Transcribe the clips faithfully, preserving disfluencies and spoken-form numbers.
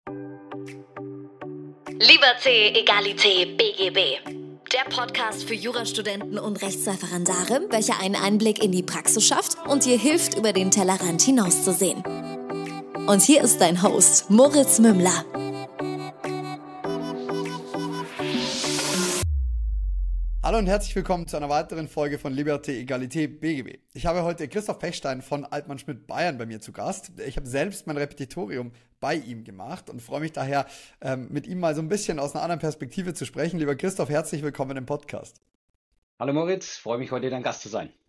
Liberté, Egalité, B G B. Der Podcast für Jurastudenten und Rechtsreferendare, welcher einen Einblick in die Praxis schafft und dir hilft, über den Tellerrand hinauszusehen. Und hier ist dein Host, Moritz Mümmler. Hallo und herzlich willkommen zu einer weiteren Folge von Liberté, Egalité, B G B. Ich habe heute Christoph Pechstein von Altmann Schmidt Bayern bei mir zu Gast. Ich habe selbst mein Repetitorium bei ihm gemacht und freue mich daher, ähm, mit ihm mal so ein bisschen aus einer anderen Perspektive zu sprechen. Lieber Christoph, herzlich willkommen im Podcast. Hallo Moritz, freue mich heute dein Gast zu sein.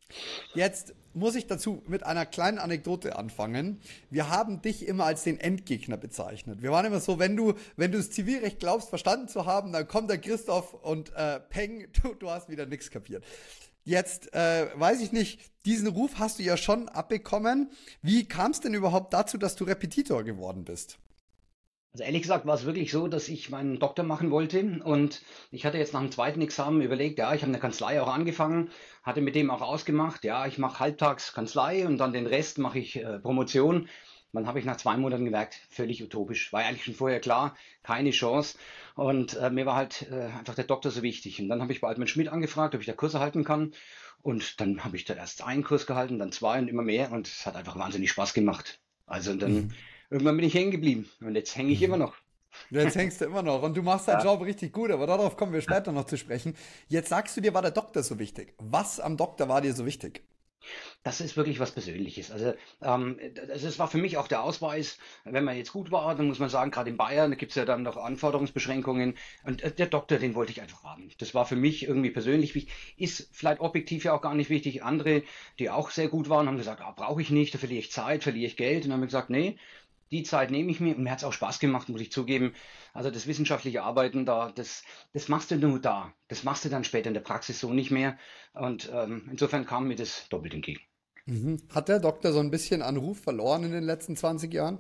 Jetzt muss ich dazu mit einer kleinen Anekdote anfangen. Wir haben dich immer als den Endgegner bezeichnet. Wir waren immer so, wenn du, wenn du das Zivilrecht glaubst, verstanden zu haben, dann kommt der Christoph und äh, peng, du, du hast wieder nichts kapiert. Jetzt äh, weiß ich nicht, diesen Ruf hast du ja schon abbekommen. Wie kam es denn überhaupt dazu, dass du Repetitor geworden bist? Also ehrlich gesagt war es wirklich so, dass ich meinen Doktor machen wollte und ich hatte jetzt nach dem zweiten Examen überlegt, ja, ich habe eine Kanzlei auch angefangen, hatte mit dem auch ausgemacht, ja, ich mache halbtags Kanzlei und dann den Rest mache ich äh, Promotion. Dann habe ich nach zwei Monaten gemerkt, völlig utopisch, war eigentlich schon vorher klar, keine Chance und äh, mir war halt äh, einfach der Doktor so wichtig. Und dann habe ich bei Altmann Schmidt angefragt, ob ich da Kurse halten kann und dann habe ich da erst einen Kurs gehalten, dann zwei und immer mehr und es hat einfach wahnsinnig Spaß gemacht. Also und dann mhm. Irgendwann bin ich hängen geblieben und jetzt hänge ich immer noch. Jetzt hängst du immer noch und du machst deinen ja. Job richtig gut, aber darauf kommen wir später noch zu sprechen. Jetzt sagst du dir, war der Doktor so wichtig. Was am Doktor war dir so wichtig? Das ist wirklich was Persönliches. Also ähm, das war für mich auch der Ausweis, wenn man jetzt gut war, dann muss man sagen, gerade in Bayern, da gibt es ja dann noch Anforderungsbeschränkungen und äh, der Doktor, den wollte ich einfach haben. Das war für mich irgendwie persönlich wichtig, ist vielleicht objektiv ja auch gar nicht wichtig. Andere, die auch sehr gut waren, haben gesagt, ah, brauche ich nicht, da verliere ich Zeit, verliere ich Geld und dann haben wir gesagt, nee, die Zeit nehme ich mir und mir hat es auch Spaß gemacht, muss ich zugeben. Also das wissenschaftliche Arbeiten da, das, das machst du nur da. Das machst du dann später in der Praxis so nicht mehr. Und ähm, insofern kam mir das doppelt entgegen. Mhm. Hat der Doktor so ein bisschen an Ruf verloren in den letzten zwanzig Jahren?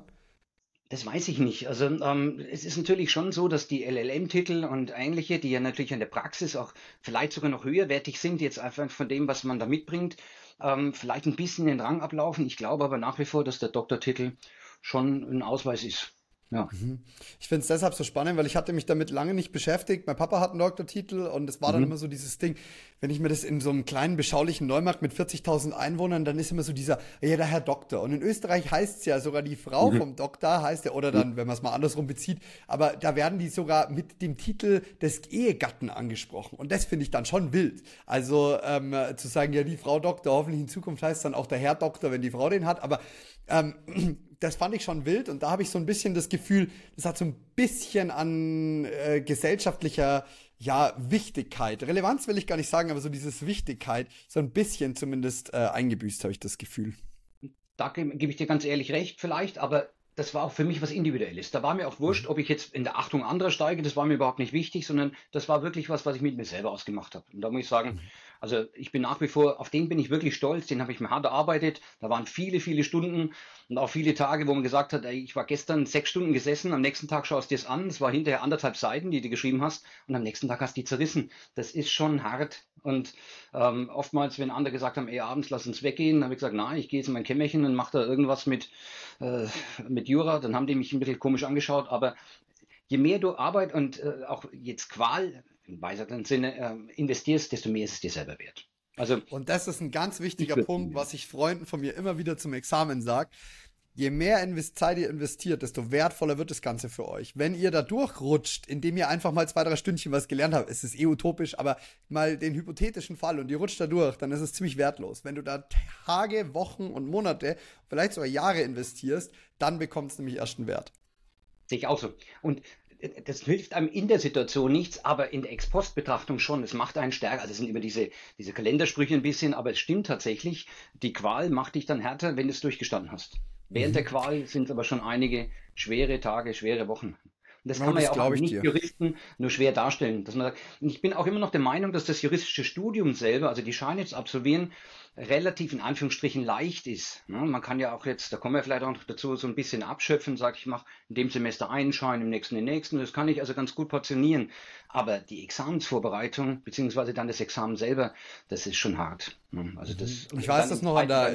Das weiß ich nicht. Also ähm, es ist natürlich schon so, dass die L L M-Titel und ähnliche, die ja natürlich in der Praxis auch vielleicht sogar noch höherwertig sind, jetzt einfach von dem, was man da mitbringt, ähm, vielleicht ein bisschen den Rang ablaufen. Ich glaube aber nach wie vor, dass der Doktortitel schon ein Ausweis ist. Ja. Ich finde es deshalb so spannend, weil ich hatte mich damit lange nicht beschäftigt. Mein Papa hat einen Doktortitel und es war dann mhm. immer so dieses Ding, wenn ich mir das in so einem kleinen, beschaulichen Neumarkt mit vierzigtausend Einwohnern, dann ist immer so dieser, ja, der Herr Doktor. Und in Österreich heißt es ja sogar, die Frau mhm. vom Doktor heißt ja, oder dann, wenn man es mal andersrum bezieht, aber da werden die sogar mit dem Titel des Ehegatten angesprochen. Und das finde ich dann schon wild. Also ähm, zu sagen, ja, die Frau Doktor, hoffentlich in Zukunft heißt es dann auch der Herr Doktor, wenn die Frau den hat, aber ähm, das fand ich schon wild und da habe ich so ein bisschen das Gefühl, das hat so ein bisschen an äh, gesellschaftlicher ja, Wichtigkeit, Relevanz will ich gar nicht sagen, aber so dieses Wichtigkeit, so ein bisschen zumindest äh, eingebüßt, habe ich das Gefühl. Da gebe geb ich dir ganz ehrlich recht vielleicht, aber das war auch für mich was Individuelles. Da war mir auch wurscht, ob ich jetzt in der Achtung anderer steige, das war mir überhaupt nicht wichtig, sondern das war wirklich was, was ich mit mir selber ausgemacht habe. Und da muss ich sagen, also ich bin nach wie vor, auf den bin ich wirklich stolz, den habe ich mir hart erarbeitet. Da waren viele, viele Stunden und auch viele Tage, wo man gesagt hat, ey, ich war gestern sechs Stunden gesessen, am nächsten Tag schaust du dir das an, es war hinterher anderthalb Seiten, die du geschrieben hast und am nächsten Tag hast du die zerrissen. Das ist schon hart und ähm, oftmals, wenn andere gesagt haben, ey, abends lass uns weggehen, habe ich gesagt, nein, ich gehe jetzt in mein Kämmerchen und mache da irgendwas mit, äh, mit Jura, dann haben die mich ein bisschen komisch angeschaut, aber je mehr du Arbeit und äh, auch jetzt Qual im weiteren Sinne äh, investierst, desto mehr ist es dir selber wert. Also, und das ist ein ganz wichtiger Punkt, was ich Freunden von mir immer wieder zum Examen sage. Je mehr Invest- Zeit ihr investiert, desto wertvoller wird das Ganze für euch. Wenn ihr da durchrutscht, indem ihr einfach mal zwei, drei Stündchen was gelernt habt, es ist eh utopisch, aber mal den hypothetischen Fall und ihr rutscht da durch, dann ist es ziemlich wertlos. Wenn du da Tage, Wochen und Monate, vielleicht sogar Jahre investierst, dann bekommt es nämlich erst einen Wert. Sehe ich auch so. Und das hilft einem in der Situation nichts, aber in der Ex-Post-Betrachtung schon. Es macht einen stärker. Also es sind immer diese, diese Kalendersprüche ein bisschen, aber es stimmt tatsächlich. Die Qual macht dich dann härter, wenn du es durchgestanden hast. Während mhm. der Qual sind es aber schon einige schwere Tage, schwere Wochen. Und das ja, kann man das ja auch als Nicht-Juristen nur schwer darstellen. Dass man sagt, und ich bin auch immer noch der Meinung, dass das juristische Studium selber, also die Scheine zu absolvieren, relativ in Anführungsstrichen leicht ist. Ja, man kann ja auch jetzt, da kommen wir vielleicht auch noch dazu, so ein bisschen abschöpfen, sage ich, mache in dem Semester einen Schein, im nächsten den nächsten. Das kann ich also ganz gut portionieren. Aber die Examensvorbereitung, beziehungsweise dann das Examen selber, das ist schon hart. Also das, ich weiß das noch an der, in der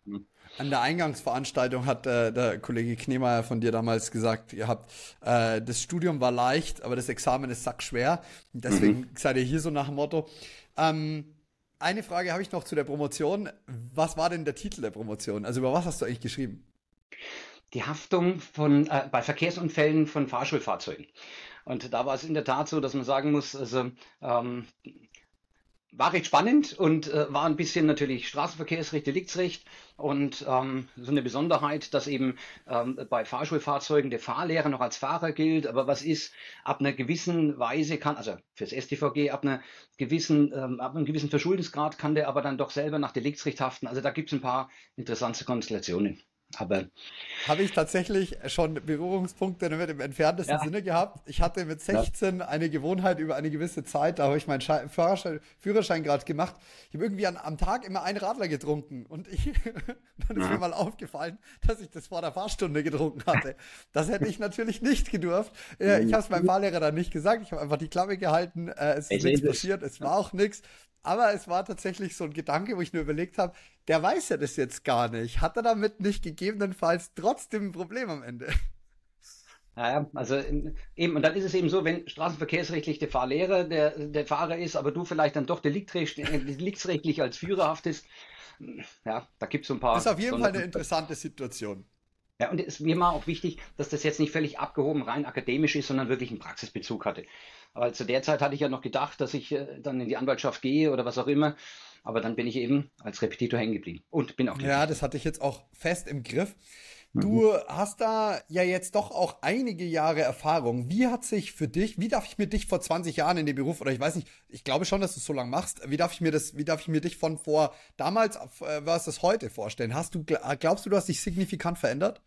Hm. An der Eingangsveranstaltung hat äh, der Kollege Knemeyer von dir damals gesagt, ihr habt, äh, das Studium war leicht, aber das Examen ist sackschwer. Und deswegen Mhm. seid ihr hier so nach dem Motto. Ähm, eine Frage habe ich noch zu der Promotion. Was war denn der Titel der Promotion? Also über was hast du eigentlich geschrieben? Die Haftung von, äh, bei Verkehrsunfällen von Fahrschulfahrzeugen. Und da war es in der Tat so, dass man sagen muss, also ähm, war recht spannend und äh, war ein bisschen natürlich Straßenverkehrsrecht, Deliktsrecht und ähm, so eine Besonderheit, dass eben ähm, bei Fahrschulfahrzeugen der Fahrlehrer noch als Fahrer gilt. Aber was ist, ab einer gewissen Weise kann, also fürs S t V G, ab einer gewissen, ähm, ab einem gewissen Verschuldensgrad kann der aber dann doch selber nach Deliktsrecht haften. Also da gibt es ein paar interessante Konstellationen. Aber Habe ich tatsächlich schon Berührungspunkte damit im entferntesten ja, Sinne gehabt. Ich hatte mit ja. sechzehn eine Gewohnheit über eine gewisse Zeit, da habe ich meinen Schei- Führerschein, Führerschein gerade gemacht. Ich habe irgendwie an, am Tag immer einen Radler getrunken und ich, dann ist mir Ja. mal aufgefallen, dass ich das vor der Fahrstunde getrunken hatte. Das hätte ich natürlich nicht gedurft. Äh, Ich habe es meinem Fahrlehrer dann nicht gesagt. Ich habe einfach die Klappe gehalten. Äh, Es ist Also nichts ist es. passiert. Es war auch nichts. Aber es war tatsächlich so ein Gedanke, wo ich nur überlegt habe, der weiß ja das jetzt gar nicht. Hat er damit nicht gegebenenfalls trotzdem ein Problem am Ende? Ja, ja, also in, eben, und dann ist es eben so, wenn straßenverkehrsrechtlich der Fahrlehrer der, der Fahrer ist, aber du vielleicht dann doch deliktsrechtlich, äh, deliktsrechtlich als Führer haftest, ja, da gibt es so ein Ist paar auf jeden Fall eine Sonderfälle. interessante Situation. Ja, und es ist mir mal auch wichtig, dass das jetzt nicht völlig abgehoben rein akademisch ist, sondern wirklich einen Praxisbezug hatte. Aber zu der Zeit hatte ich ja noch gedacht, dass ich äh, dann in die Anwaltschaft gehe oder was auch immer. Aber dann bin ich eben als Repetitor hängen geblieben und bin auch Ja, glücklich. das hatte ich jetzt auch fest im Griff. Mhm. Du hast da ja jetzt doch auch einige Jahre Erfahrung. Wie hat sich für dich, wie darf ich mir dich vor zwanzig Jahren in dem Beruf, oder ich weiß nicht, ich glaube schon, dass du es so lange machst, wie darf ich mir das, wie darf ich mir dich von vor damals äh, versus heute vorstellen? Hast du, gl- glaubst du, du hast dich signifikant verändert?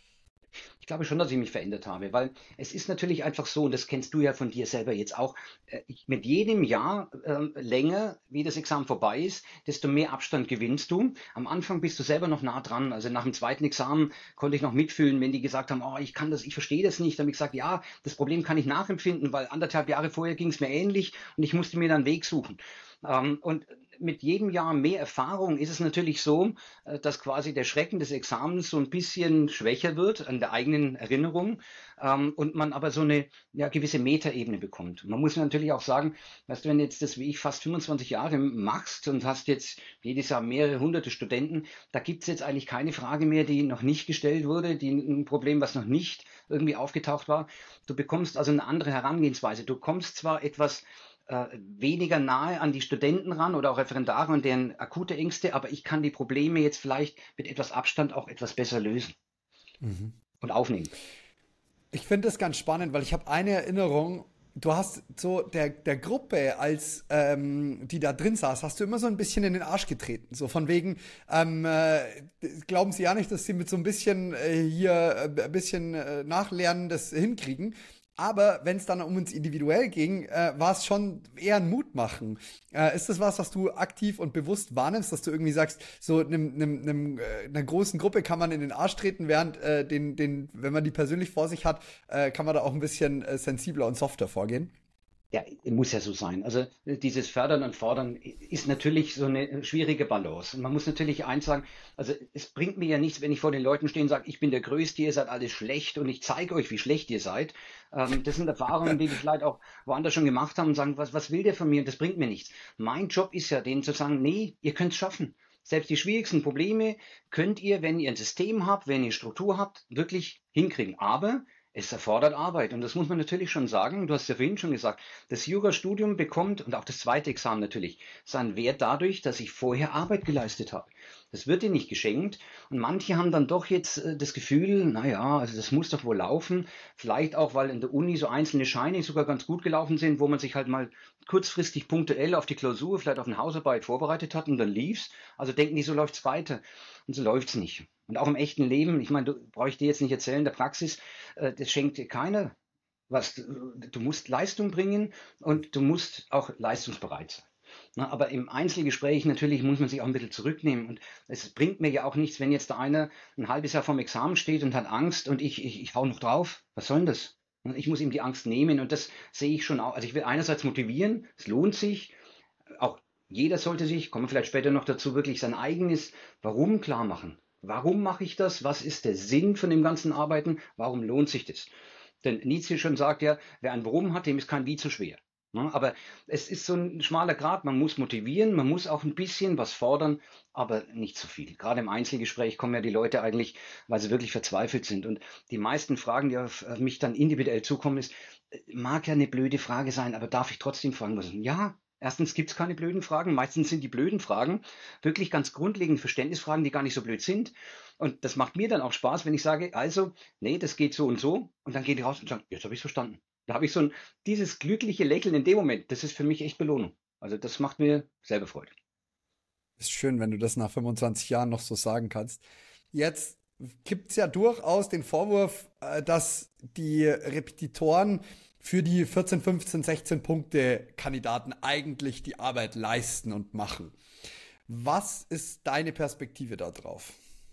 Ich glaube schon, dass ich mich verändert habe, weil es ist natürlich einfach so, und das kennst du ja von dir selber jetzt auch, äh, ich, mit jedem Jahr ähm, länger, wie das Examen vorbei ist, desto mehr Abstand gewinnst du. Am Anfang bist du selber noch nah dran. Also nach dem zweiten Examen konnte ich noch mitfühlen, wenn die gesagt haben, oh, ich kann das, ich verstehe das nicht. Dann habe ich gesagt, ja, das Problem kann ich nachempfinden, weil anderthalb Jahre vorher ging es mir ähnlich und ich musste mir dann einen Weg suchen. Ähm, und mit jedem Jahr mehr Erfahrung ist es natürlich so, äh, dass quasi der Schrecken des Examens so ein bisschen schwächer wird an der eigenen Erinnerung, ähm, und man aber so eine ja, gewisse Metaebene bekommt. Man muss natürlich auch sagen, weißt du, wenn du jetzt das wie ich fast fünfundzwanzig Jahre machst und hast jetzt jedes Jahr mehrere hunderte Studenten, da gibt es jetzt eigentlich keine Frage mehr, die noch nicht gestellt wurde, die ein Problem, was noch nicht irgendwie aufgetaucht war. Du bekommst also eine andere Herangehensweise. Du kommst zwar etwas äh, weniger nahe an die Studenten ran oder auch Referendare und deren akute Ängste, aber ich kann die Probleme jetzt vielleicht mit etwas Abstand auch etwas besser lösen Mhm. und aufnehmen. Ich finde das ganz spannend, weil ich habe eine Erinnerung, du hast so der, der Gruppe, als ähm, die da drin saß, hast du immer so ein bisschen in den Arsch getreten. So von wegen, ähm, äh, glauben sie ja nicht, dass sie mit so ein bisschen äh, hier äh, ein bisschen äh, Nachlernen das hinkriegen. Aber wenn es dann um uns individuell ging, äh, war es schon eher ein Mutmachen. Äh, ist das was, was du aktiv und bewusst wahrnimmst, dass du irgendwie sagst, so einem, einem, einem, äh, einer großen Gruppe kann man in den Arsch treten, während äh, den, den, wenn man die persönlich vor sich hat, äh, kann man da auch ein bisschen äh, sensibler und softer vorgehen? Ja, muss ja so sein. Also äh, dieses Fördern und Fordern ist natürlich so eine schwierige Balance. Und man muss natürlich eins sagen, also es bringt mir ja nichts, wenn ich vor den Leuten stehe und sage, ich bin der Größte, ihr seid alles schlecht und ich zeige euch, wie schlecht ihr seid. Ähm, das sind Erfahrungen, die die vielleicht auch woanders schon gemacht haben und sagen, was, was will der von mir? Und das bringt mir nichts. Mein Job ist ja, denen zu sagen, nee, ihr könnt es schaffen. Selbst die schwierigsten Probleme könnt ihr, wenn ihr ein System habt, wenn ihr Struktur habt, wirklich hinkriegen. Aber es erfordert Arbeit und das muss man natürlich schon sagen. Du hast ja vorhin schon gesagt, das Jurastudium bekommt und auch das zweite Examen natürlich seinen Wert dadurch, dass ich vorher Arbeit geleistet habe. Das wird dir nicht geschenkt und manche haben dann doch jetzt äh, das Gefühl, naja, also das muss doch wohl laufen. Vielleicht auch, weil in der Uni so einzelne Scheine sogar ganz gut gelaufen sind, wo man sich halt mal kurzfristig punktuell auf die Klausur, vielleicht auf eine Hausarbeit vorbereitet hat und dann lief's. Also denken die, so läuft's weiter. Und so läuft's nicht. Und auch im echten Leben, ich meine, du brauche ich dir jetzt nicht erzählen, in der Praxis, äh, das schenkt dir keiner was. Du musst Leistung bringen und du musst auch leistungsbereit sein. Na, aber im Einzelgespräch natürlich muss man sich auch ein bisschen zurücknehmen. Und es bringt mir ja auch nichts, wenn jetzt der eine ein halbes Jahr vorm Examen steht und hat Angst und ich, ich, ich hau noch drauf. Was soll denn das? Ich muss ihm die Angst nehmen und das sehe ich schon auch. Also ich will einerseits motivieren, es lohnt sich, auch jeder sollte sich, kommen wir vielleicht später noch dazu, wirklich sein eigenes Warum klar machen. Warum mache ich das? Was ist der Sinn von dem ganzen Arbeiten? Warum lohnt sich das? Denn Nietzsche schon sagt ja, wer ein Warum hat, dem ist kein Wie zu schwer. Ja, aber es ist so ein schmaler Grat, man muss motivieren, man muss auch ein bisschen was fordern, aber nicht zu viel. Gerade im Einzelgespräch kommen ja die Leute eigentlich, weil sie wirklich verzweifelt sind. Und die meisten Fragen, die auf mich dann individuell zukommen, ist, mag ja eine blöde Frage sein, aber darf ich trotzdem fragen? Ja, erstens gibt es keine blöden Fragen. Meistens sind die blöden Fragen wirklich ganz grundlegende Verständnisfragen, die gar nicht so blöd sind. Und das macht mir dann auch Spaß, wenn ich sage, also, nee, das geht so und so. Und dann gehen die raus und sagen, jetzt habe ich es verstanden. Da habe ich so ein, dieses glückliche Lächeln in dem Moment, das ist für mich echt Belohnung. Also das macht mir selber Freude. Ist schön, wenn du das nach fünfundzwanzig Jahren noch so sagen kannst. Jetzt gibt es ja durchaus den Vorwurf, äh, dass die Repetitoren für die vierzehn, fünfzehn, sechzehn Punkte Kandidaten eigentlich die Arbeit leisten und machen. Was ist deine Perspektive da drauf?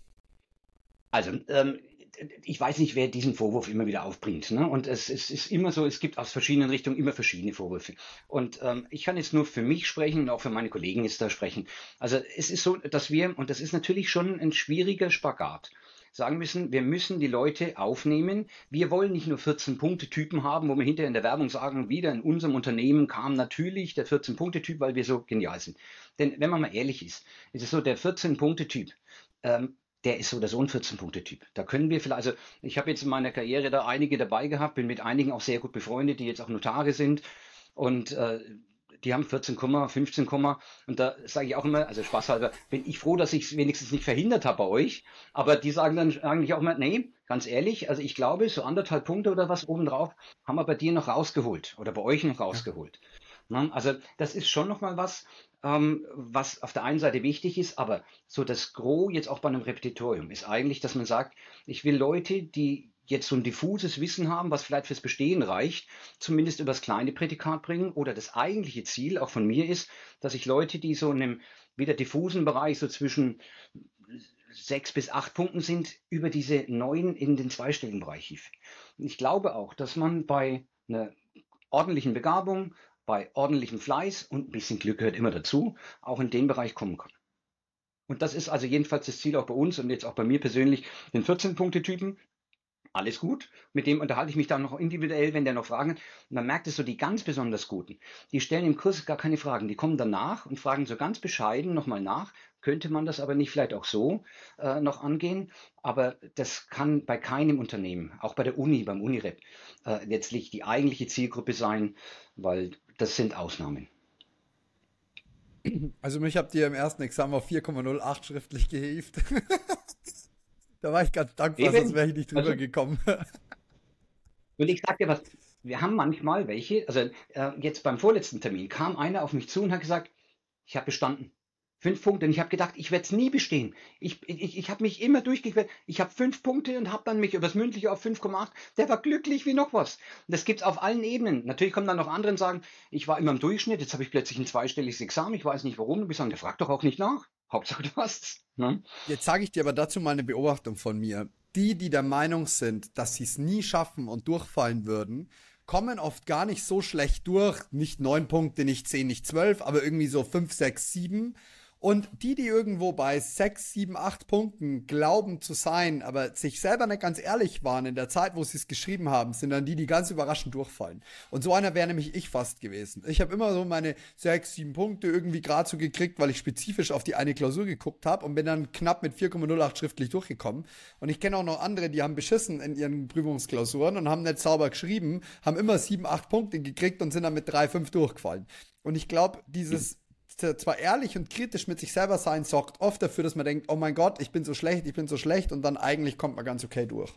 Also, ähm, ich weiß nicht, wer diesen Vorwurf immer wieder aufbringt. Ne? Und es, es ist immer so, es gibt aus verschiedenen Richtungen immer verschiedene Vorwürfe. Und ähm, ich kann jetzt nur für mich sprechen und auch für meine Kollegen jetzt da sprechen. Also es ist so, dass wir, und das ist natürlich schon ein schwieriger Spagat, sagen müssen, wir müssen die Leute aufnehmen. Wir wollen nicht nur vierzehn-Punkte-Typen haben, wo wir hinterher in der Werbung sagen, wieder in unserem Unternehmen kam natürlich der vierzehn-Punkte-Typ, weil wir so genial sind. Denn wenn man mal ehrlich ist, ist es so, der vierzehn-Punkte-Typ, ähm, der ist so oder so ein vierzehn-Punkte-Typ. Da können wir vielleicht, also ich habe jetzt in meiner Karriere da einige dabei gehabt, bin mit einigen auch sehr gut befreundet, die jetzt auch Notare sind und äh, die haben vierzehn, fünfzehn, und da sage ich auch immer, also spaßhalber, bin ich froh, dass ich es wenigstens nicht verhindert habe bei euch, aber die sagen dann eigentlich auch immer, nee, ganz ehrlich, also ich glaube, so anderthalb Punkte oder was obendrauf haben wir bei dir noch rausgeholt oder bei euch noch rausgeholt. Ja. Also das ist schon nochmal was, ähm, was auf der einen Seite wichtig ist, aber so das Gros jetzt auch bei einem Repetitorium ist eigentlich, dass man sagt, ich will Leute, die jetzt so ein diffuses Wissen haben, was vielleicht fürs Bestehen reicht, zumindest über das kleine Prädikat bringen, oder das eigentliche Ziel auch von mir ist, dass ich Leute, die so in einem wieder diffusen Bereich so zwischen sechs bis acht Punkten sind, über diese neun in den zweistelligen Bereich hief. Ich glaube auch, dass man bei einer ordentlichen Begabung, bei ordentlichem Fleiß und ein bisschen Glück gehört immer dazu, auch in den Bereich kommen kann. Und das ist also jedenfalls das Ziel auch bei uns und jetzt auch bei mir persönlich, den vierzehn-Punkte-Typen. Alles gut, mit dem unterhalte ich mich dann noch individuell, wenn der noch Fragen hat. Und man merkt es so, die ganz besonders Guten, die stellen im Kurs gar keine Fragen, die kommen danach und fragen so ganz bescheiden nochmal nach. Könnte man das aber nicht vielleicht auch so äh, noch angehen? Aber das kann bei keinem Unternehmen, auch bei der Uni, beim Unirep, äh, letztlich die eigentliche Zielgruppe sein, weil das sind Ausnahmen. Also mich habt ihr im ersten Examen auf vier Komma null acht schriftlich gehievt. Da war ich ganz dankbar, Eben. sonst wäre ich nicht drüber Also, gekommen. Und ich sag dir was, wir haben manchmal welche, also äh, jetzt beim vorletzten Termin kam einer auf mich zu und hat gesagt, ich habe bestanden. Fünf Punkte. Und ich habe gedacht, ich werde es nie bestehen. Ich, ich, ich habe mich immer durchgequält. Ich habe fünf Punkte und habe dann mich übers Mündliche auf fünf Komma acht. Der war glücklich wie noch was. Und das gibt's auf allen Ebenen. Natürlich kommen dann noch andere und sagen, ich war immer im Durchschnitt, jetzt habe ich plötzlich ein zweistelliges Examen, ich weiß nicht warum. Und wir sagen, der fragt doch auch nicht nach. Hauptsache du hast. Ne? Jetzt sage ich dir aber dazu mal eine Beobachtung von mir. Die, die der Meinung sind, dass sie es nie schaffen und durchfallen würden, kommen oft gar nicht so schlecht durch. Nicht neun Punkte, nicht zehn, nicht zwölf, aber irgendwie so fünf, sechs, sieben. Und die, die irgendwo bei sechs, sieben, acht Punkten glauben zu sein, aber sich selber nicht ganz ehrlich waren in der Zeit, wo sie es geschrieben haben, sind dann die, die ganz überraschend durchfallen. Und so einer wäre nämlich ich fast gewesen. Ich habe immer so meine sechs, sieben Punkte irgendwie gerade so gekriegt, weil ich spezifisch auf die eine Klausur geguckt habe und bin dann knapp mit vier Komma null acht schriftlich durchgekommen. Und ich kenne auch noch andere, die haben beschissen in ihren Prüfungsklausuren und haben nicht sauber geschrieben, haben immer sieben, acht Punkte gekriegt und sind dann mit drei, fünf durchgefallen. Und ich glaube, dieses zwar ehrlich und kritisch mit sich selber sein, sorgt oft dafür, dass man denkt, oh mein Gott, ich bin so schlecht, ich bin so schlecht und dann eigentlich kommt man ganz okay durch.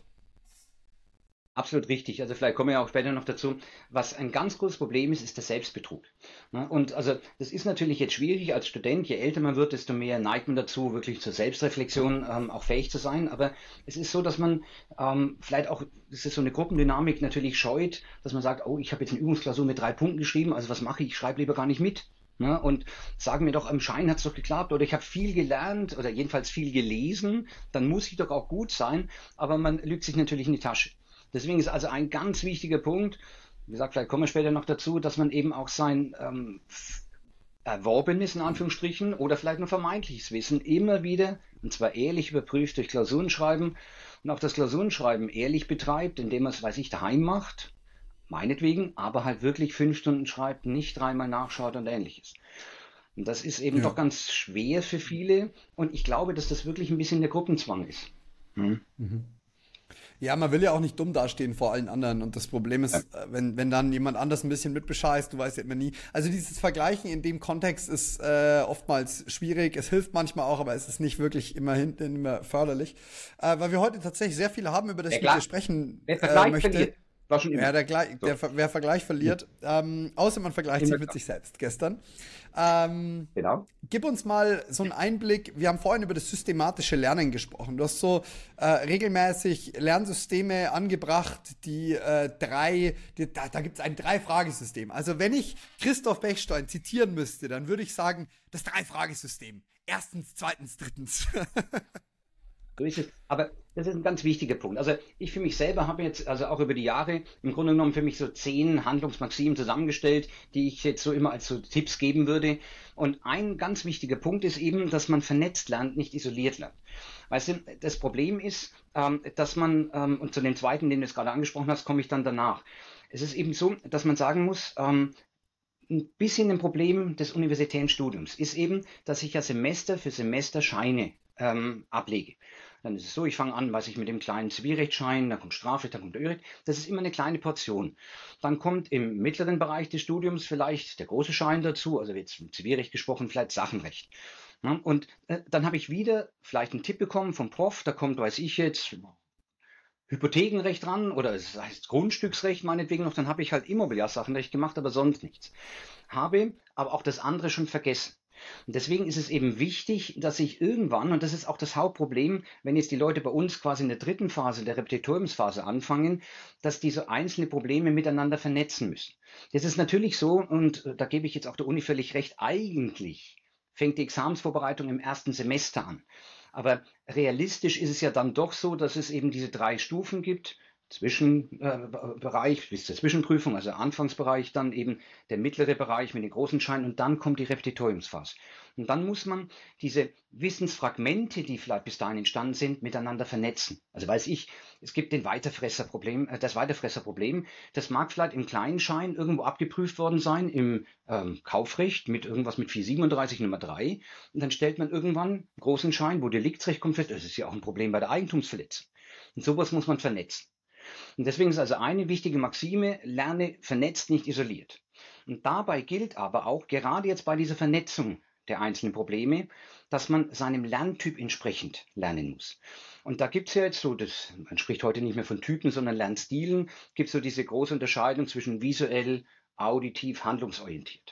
Absolut richtig. Also vielleicht kommen wir ja auch später noch dazu. Was ein ganz großes Problem ist, ist der Selbstbetrug. Und also das ist natürlich jetzt schwierig als Student. Je älter man wird, desto mehr neigt man dazu, wirklich zur Selbstreflexion ähm, auch fähig zu sein. Aber es ist so, dass man ähm, vielleicht auch, das ist so eine Gruppendynamik, natürlich scheut, dass man sagt, oh, ich habe jetzt eine Übungsklausur mit drei Punkten geschrieben, also was mache ich? Ich schreibe lieber gar nicht mit. Ne, und sagen mir doch, am Schein hat es doch geklappt oder ich habe viel gelernt oder jedenfalls viel gelesen, dann muss ich doch auch gut sein, aber man lügt sich natürlich in die Tasche. Deswegen ist also ein ganz wichtiger Punkt, wie gesagt, vielleicht kommen wir später noch dazu, dass man eben auch sein ähm, erworbenes, in Anführungsstrichen, oder vielleicht nur vermeintliches Wissen immer wieder, und zwar ehrlich überprüft durch Klausurenschreiben und auch das Klausurenschreiben ehrlich betreibt, indem man es, weiß ich, daheim macht, meinetwegen, aber halt wirklich fünf Stunden schreibt, nicht dreimal nachschaut und Ähnliches. Und das ist eben Ja. doch ganz schwer für viele und ich glaube, dass das wirklich ein bisschen der Gruppenzwang ist. Hm? Ja, man will ja auch nicht dumm dastehen vor allen anderen. Und das Problem Ja. ist, äh, wenn, wenn dann jemand anders ein bisschen mitbescheißt, du weißt ja immer nie. Also dieses Vergleichen in dem Kontext ist äh, oftmals schwierig. Es hilft manchmal auch, aber es ist nicht wirklich immer hinten immer förderlich. Äh, weil wir heute tatsächlich sehr viel haben, über das Der ich mit dir Gla sprechen Wer äh, Vergleich möchte. verliert, war schon Ja, immer. der, Gle- So, der, Ver- wer Vergleich verliert, ähm, außer man vergleicht sich immer mit klar. sich selbst gestern. Ähm, Genau. Gib uns mal so einen Einblick. Wir haben vorhin über das systematische Lernen gesprochen. Du hast so äh, regelmäßig Lernsysteme angebracht, die äh, drei, die, da, da gibt es ein Drei-Fragesystem. Also wenn ich Christoph Bechstein zitieren müsste, dann würde ich sagen, das Drei-Fragesystem. Erstens, zweitens, drittens. So ist es. Aber das ist ein ganz wichtiger Punkt. Also ich für mich selber habe jetzt also auch über die Jahre im Grunde genommen für mich so zehn Handlungsmaximen zusammengestellt, die ich jetzt so immer als so Tipps geben würde. Und ein ganz wichtiger Punkt ist eben, dass man vernetzt lernt, nicht isoliert lernt. Weißt du, das Problem ist, ähm, dass man, ähm, und zu dem zweiten, den du jetzt gerade angesprochen hast, komme ich dann danach. Es ist eben so, dass man sagen muss, ähm, ein bisschen ein Problem des universitären Studiums ist eben, dass ich ja Semester für Semester Scheine ähm, ablege. Dann ist es so, ich fange an, weiß ich, mit dem kleinen Zivilrechtsschein, dann kommt Strafrecht, dann kommt der Irrrecht. Das ist immer eine kleine Portion. Dann kommt im mittleren Bereich des Studiums vielleicht der große Schein dazu, also jetzt im Zivilrecht gesprochen, vielleicht Sachenrecht. Ja, und äh, dann habe ich wieder vielleicht einen Tipp bekommen vom Prof, da kommt, weiß ich jetzt, Hypothekenrecht ran oder es heißt Grundstücksrecht meinetwegen noch, dann habe ich halt Immobiliarsachenrecht gemacht, aber sonst nichts. Habe aber auch das andere schon vergessen. Und deswegen ist es eben wichtig, dass ich irgendwann, und das ist auch das Hauptproblem, wenn jetzt die Leute bei uns quasi in der dritten Phase, der Repetitoriumsphase anfangen, dass diese einzelnen Probleme miteinander vernetzen müssen. Das ist natürlich so, und da gebe ich jetzt auch der Uni völlig recht, eigentlich fängt die Examensvorbereitung im ersten Semester an. Aber realistisch ist es ja dann doch so, dass es eben diese drei Stufen gibt. Zwischenbereich äh, bis zur Zwischenprüfung, also Anfangsbereich, dann eben der mittlere Bereich mit den großen Scheinen und dann kommt die Repetitoriumsphase. Und dann muss man diese Wissensfragmente, die vielleicht bis dahin entstanden sind, miteinander vernetzen. Also weiß ich, es gibt den Weiterfresserproblem, äh, das Weiterfresserproblem, das mag vielleicht im kleinen Schein irgendwo abgeprüft worden sein, im ähm, Kaufrecht mit irgendwas mit vierhundertsiebenunddreißig Nummer drei. Und dann stellt man irgendwann einen großen Schein, wo Deliktsrecht kommt fest, das ist ja auch ein Problem bei der Eigentumsverletzung. Und sowas muss man vernetzen. Und deswegen ist also eine wichtige Maxime, lerne vernetzt, nicht isoliert. Und dabei gilt aber auch, gerade jetzt bei dieser Vernetzung der einzelnen Probleme, dass man seinem Lerntyp entsprechend lernen muss. Und da gibt es ja jetzt so, das, man spricht heute nicht mehr von Typen, sondern Lernstilen, gibt es so diese große Unterscheidung zwischen visuell, auditiv, handlungsorientiert.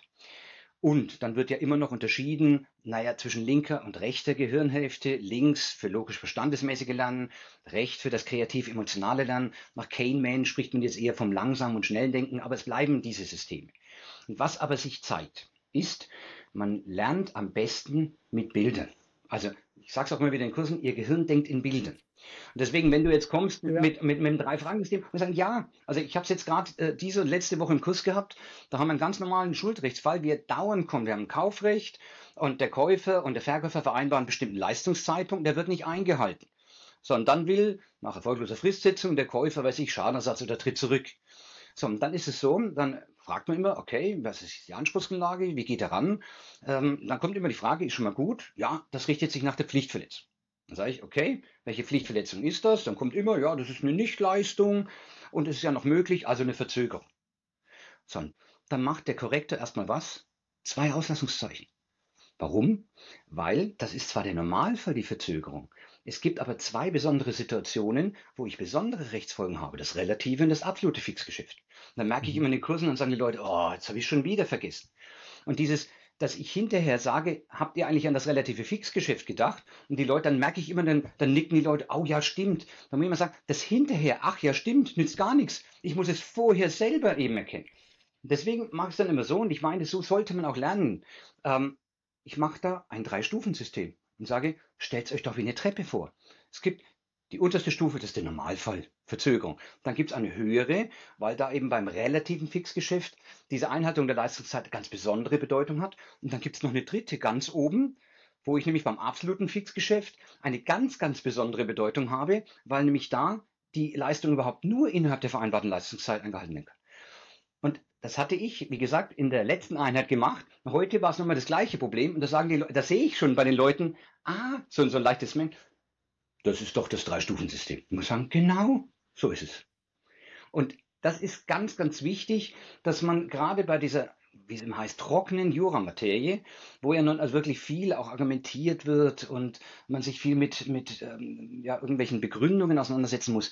Und dann wird ja immer noch unterschieden, naja, zwischen linker und rechter Gehirnhälfte, links für logisch-verstandesmäßige Lernen, rechts für das kreativ-emotionale Lernen. Nach Kahneman spricht man jetzt eher vom langsamen und schnellen Denken, aber es bleiben diese Systeme. Und was aber sich zeigt, ist, man lernt am besten mit Bildern. Also ich sage es auch mal wieder in Kursen, Ihr Gehirn denkt in Bildern. Und deswegen, wenn du jetzt kommst Ja. mit, mit, mit einem Drei-Fragen-System und sagen, ja, also ich habe es jetzt gerade äh, diese letzte Woche im Kurs gehabt, da haben wir einen ganz normalen Schuldrechtsfall, wie er dauernd kommt. Wir haben ein Kaufrecht und der Käufer und der Verkäufer vereinbaren einen bestimmten Leistungszeitpunkt, der wird nicht eingehalten. So, und dann will nach erfolgloser Fristsetzung der Käufer, weiß ich, Schadenersatz oder tritt zurück. So, und dann ist es so, dann fragt man immer, okay, was ist die Anspruchsgrundlage, wie geht er ran? Ähm, dann kommt immer die Frage, ist schon mal gut? Ja, das richtet sich nach der Pflichtverletzung. Dann sage ich, okay, welche Pflichtverletzung ist das? Dann kommt immer, ja, das ist eine Nichtleistung und es ist ja noch möglich, also eine Verzögerung. So, und dann macht der Korrektor erstmal was? Zwei Auslassungszeichen. Warum? Weil das ist zwar der Normalfall, die Verzögerung. Es gibt aber zwei besondere Situationen, wo ich besondere Rechtsfolgen habe. Das relative und das absolute Fixgeschäft. Und dann merke ich immer in den Kursen, dann sagen die Leute, oh, jetzt habe ich schon wieder vergessen. Und dieses, dass ich hinterher sage, habt ihr eigentlich an das relative Fixgeschäft gedacht? Und die Leute, dann merke ich immer, dann, dann nicken die Leute, oh ja, stimmt. Dann muss ich immer sagen, das hinterher, ach ja, stimmt, nützt gar nichts. Ich muss es vorher selber eben erkennen. Und deswegen mache ich es dann immer so, und ich meine, so sollte man auch lernen. Ähm, ich mache da ein Drei-Stufen-System und sage, stellt euch doch wie eine Treppe vor. Es gibt Die unterste Stufe, das ist der Normalfall, Verzögerung. Dann gibt es eine höhere, weil da eben beim relativen Fixgeschäft diese Einhaltung der Leistungszeit ganz besondere Bedeutung hat. Und dann gibt es noch eine dritte ganz oben, wo ich nämlich beim absoluten Fixgeschäft eine ganz, ganz besondere Bedeutung habe, weil nämlich da die Leistung überhaupt nur innerhalb der vereinbarten Leistungszeit eingehalten werden kann. Und das hatte ich, wie gesagt, in der letzten Einheit gemacht. Heute war es nochmal das gleiche Problem. Und da sagen die Leute, da sehe ich schon bei den Leuten, ah, so, so ein leichtes Mensch, das ist doch das Drei-Stufen-System. Ich muss sagen, genau so ist es. Und das ist ganz, ganz wichtig, dass man gerade bei dieser, wie es eben heißt, trockenen Juramaterie, wo ja nun also wirklich viel auch argumentiert wird und man sich viel mit, mit ähm, ja, irgendwelchen Begründungen auseinandersetzen muss,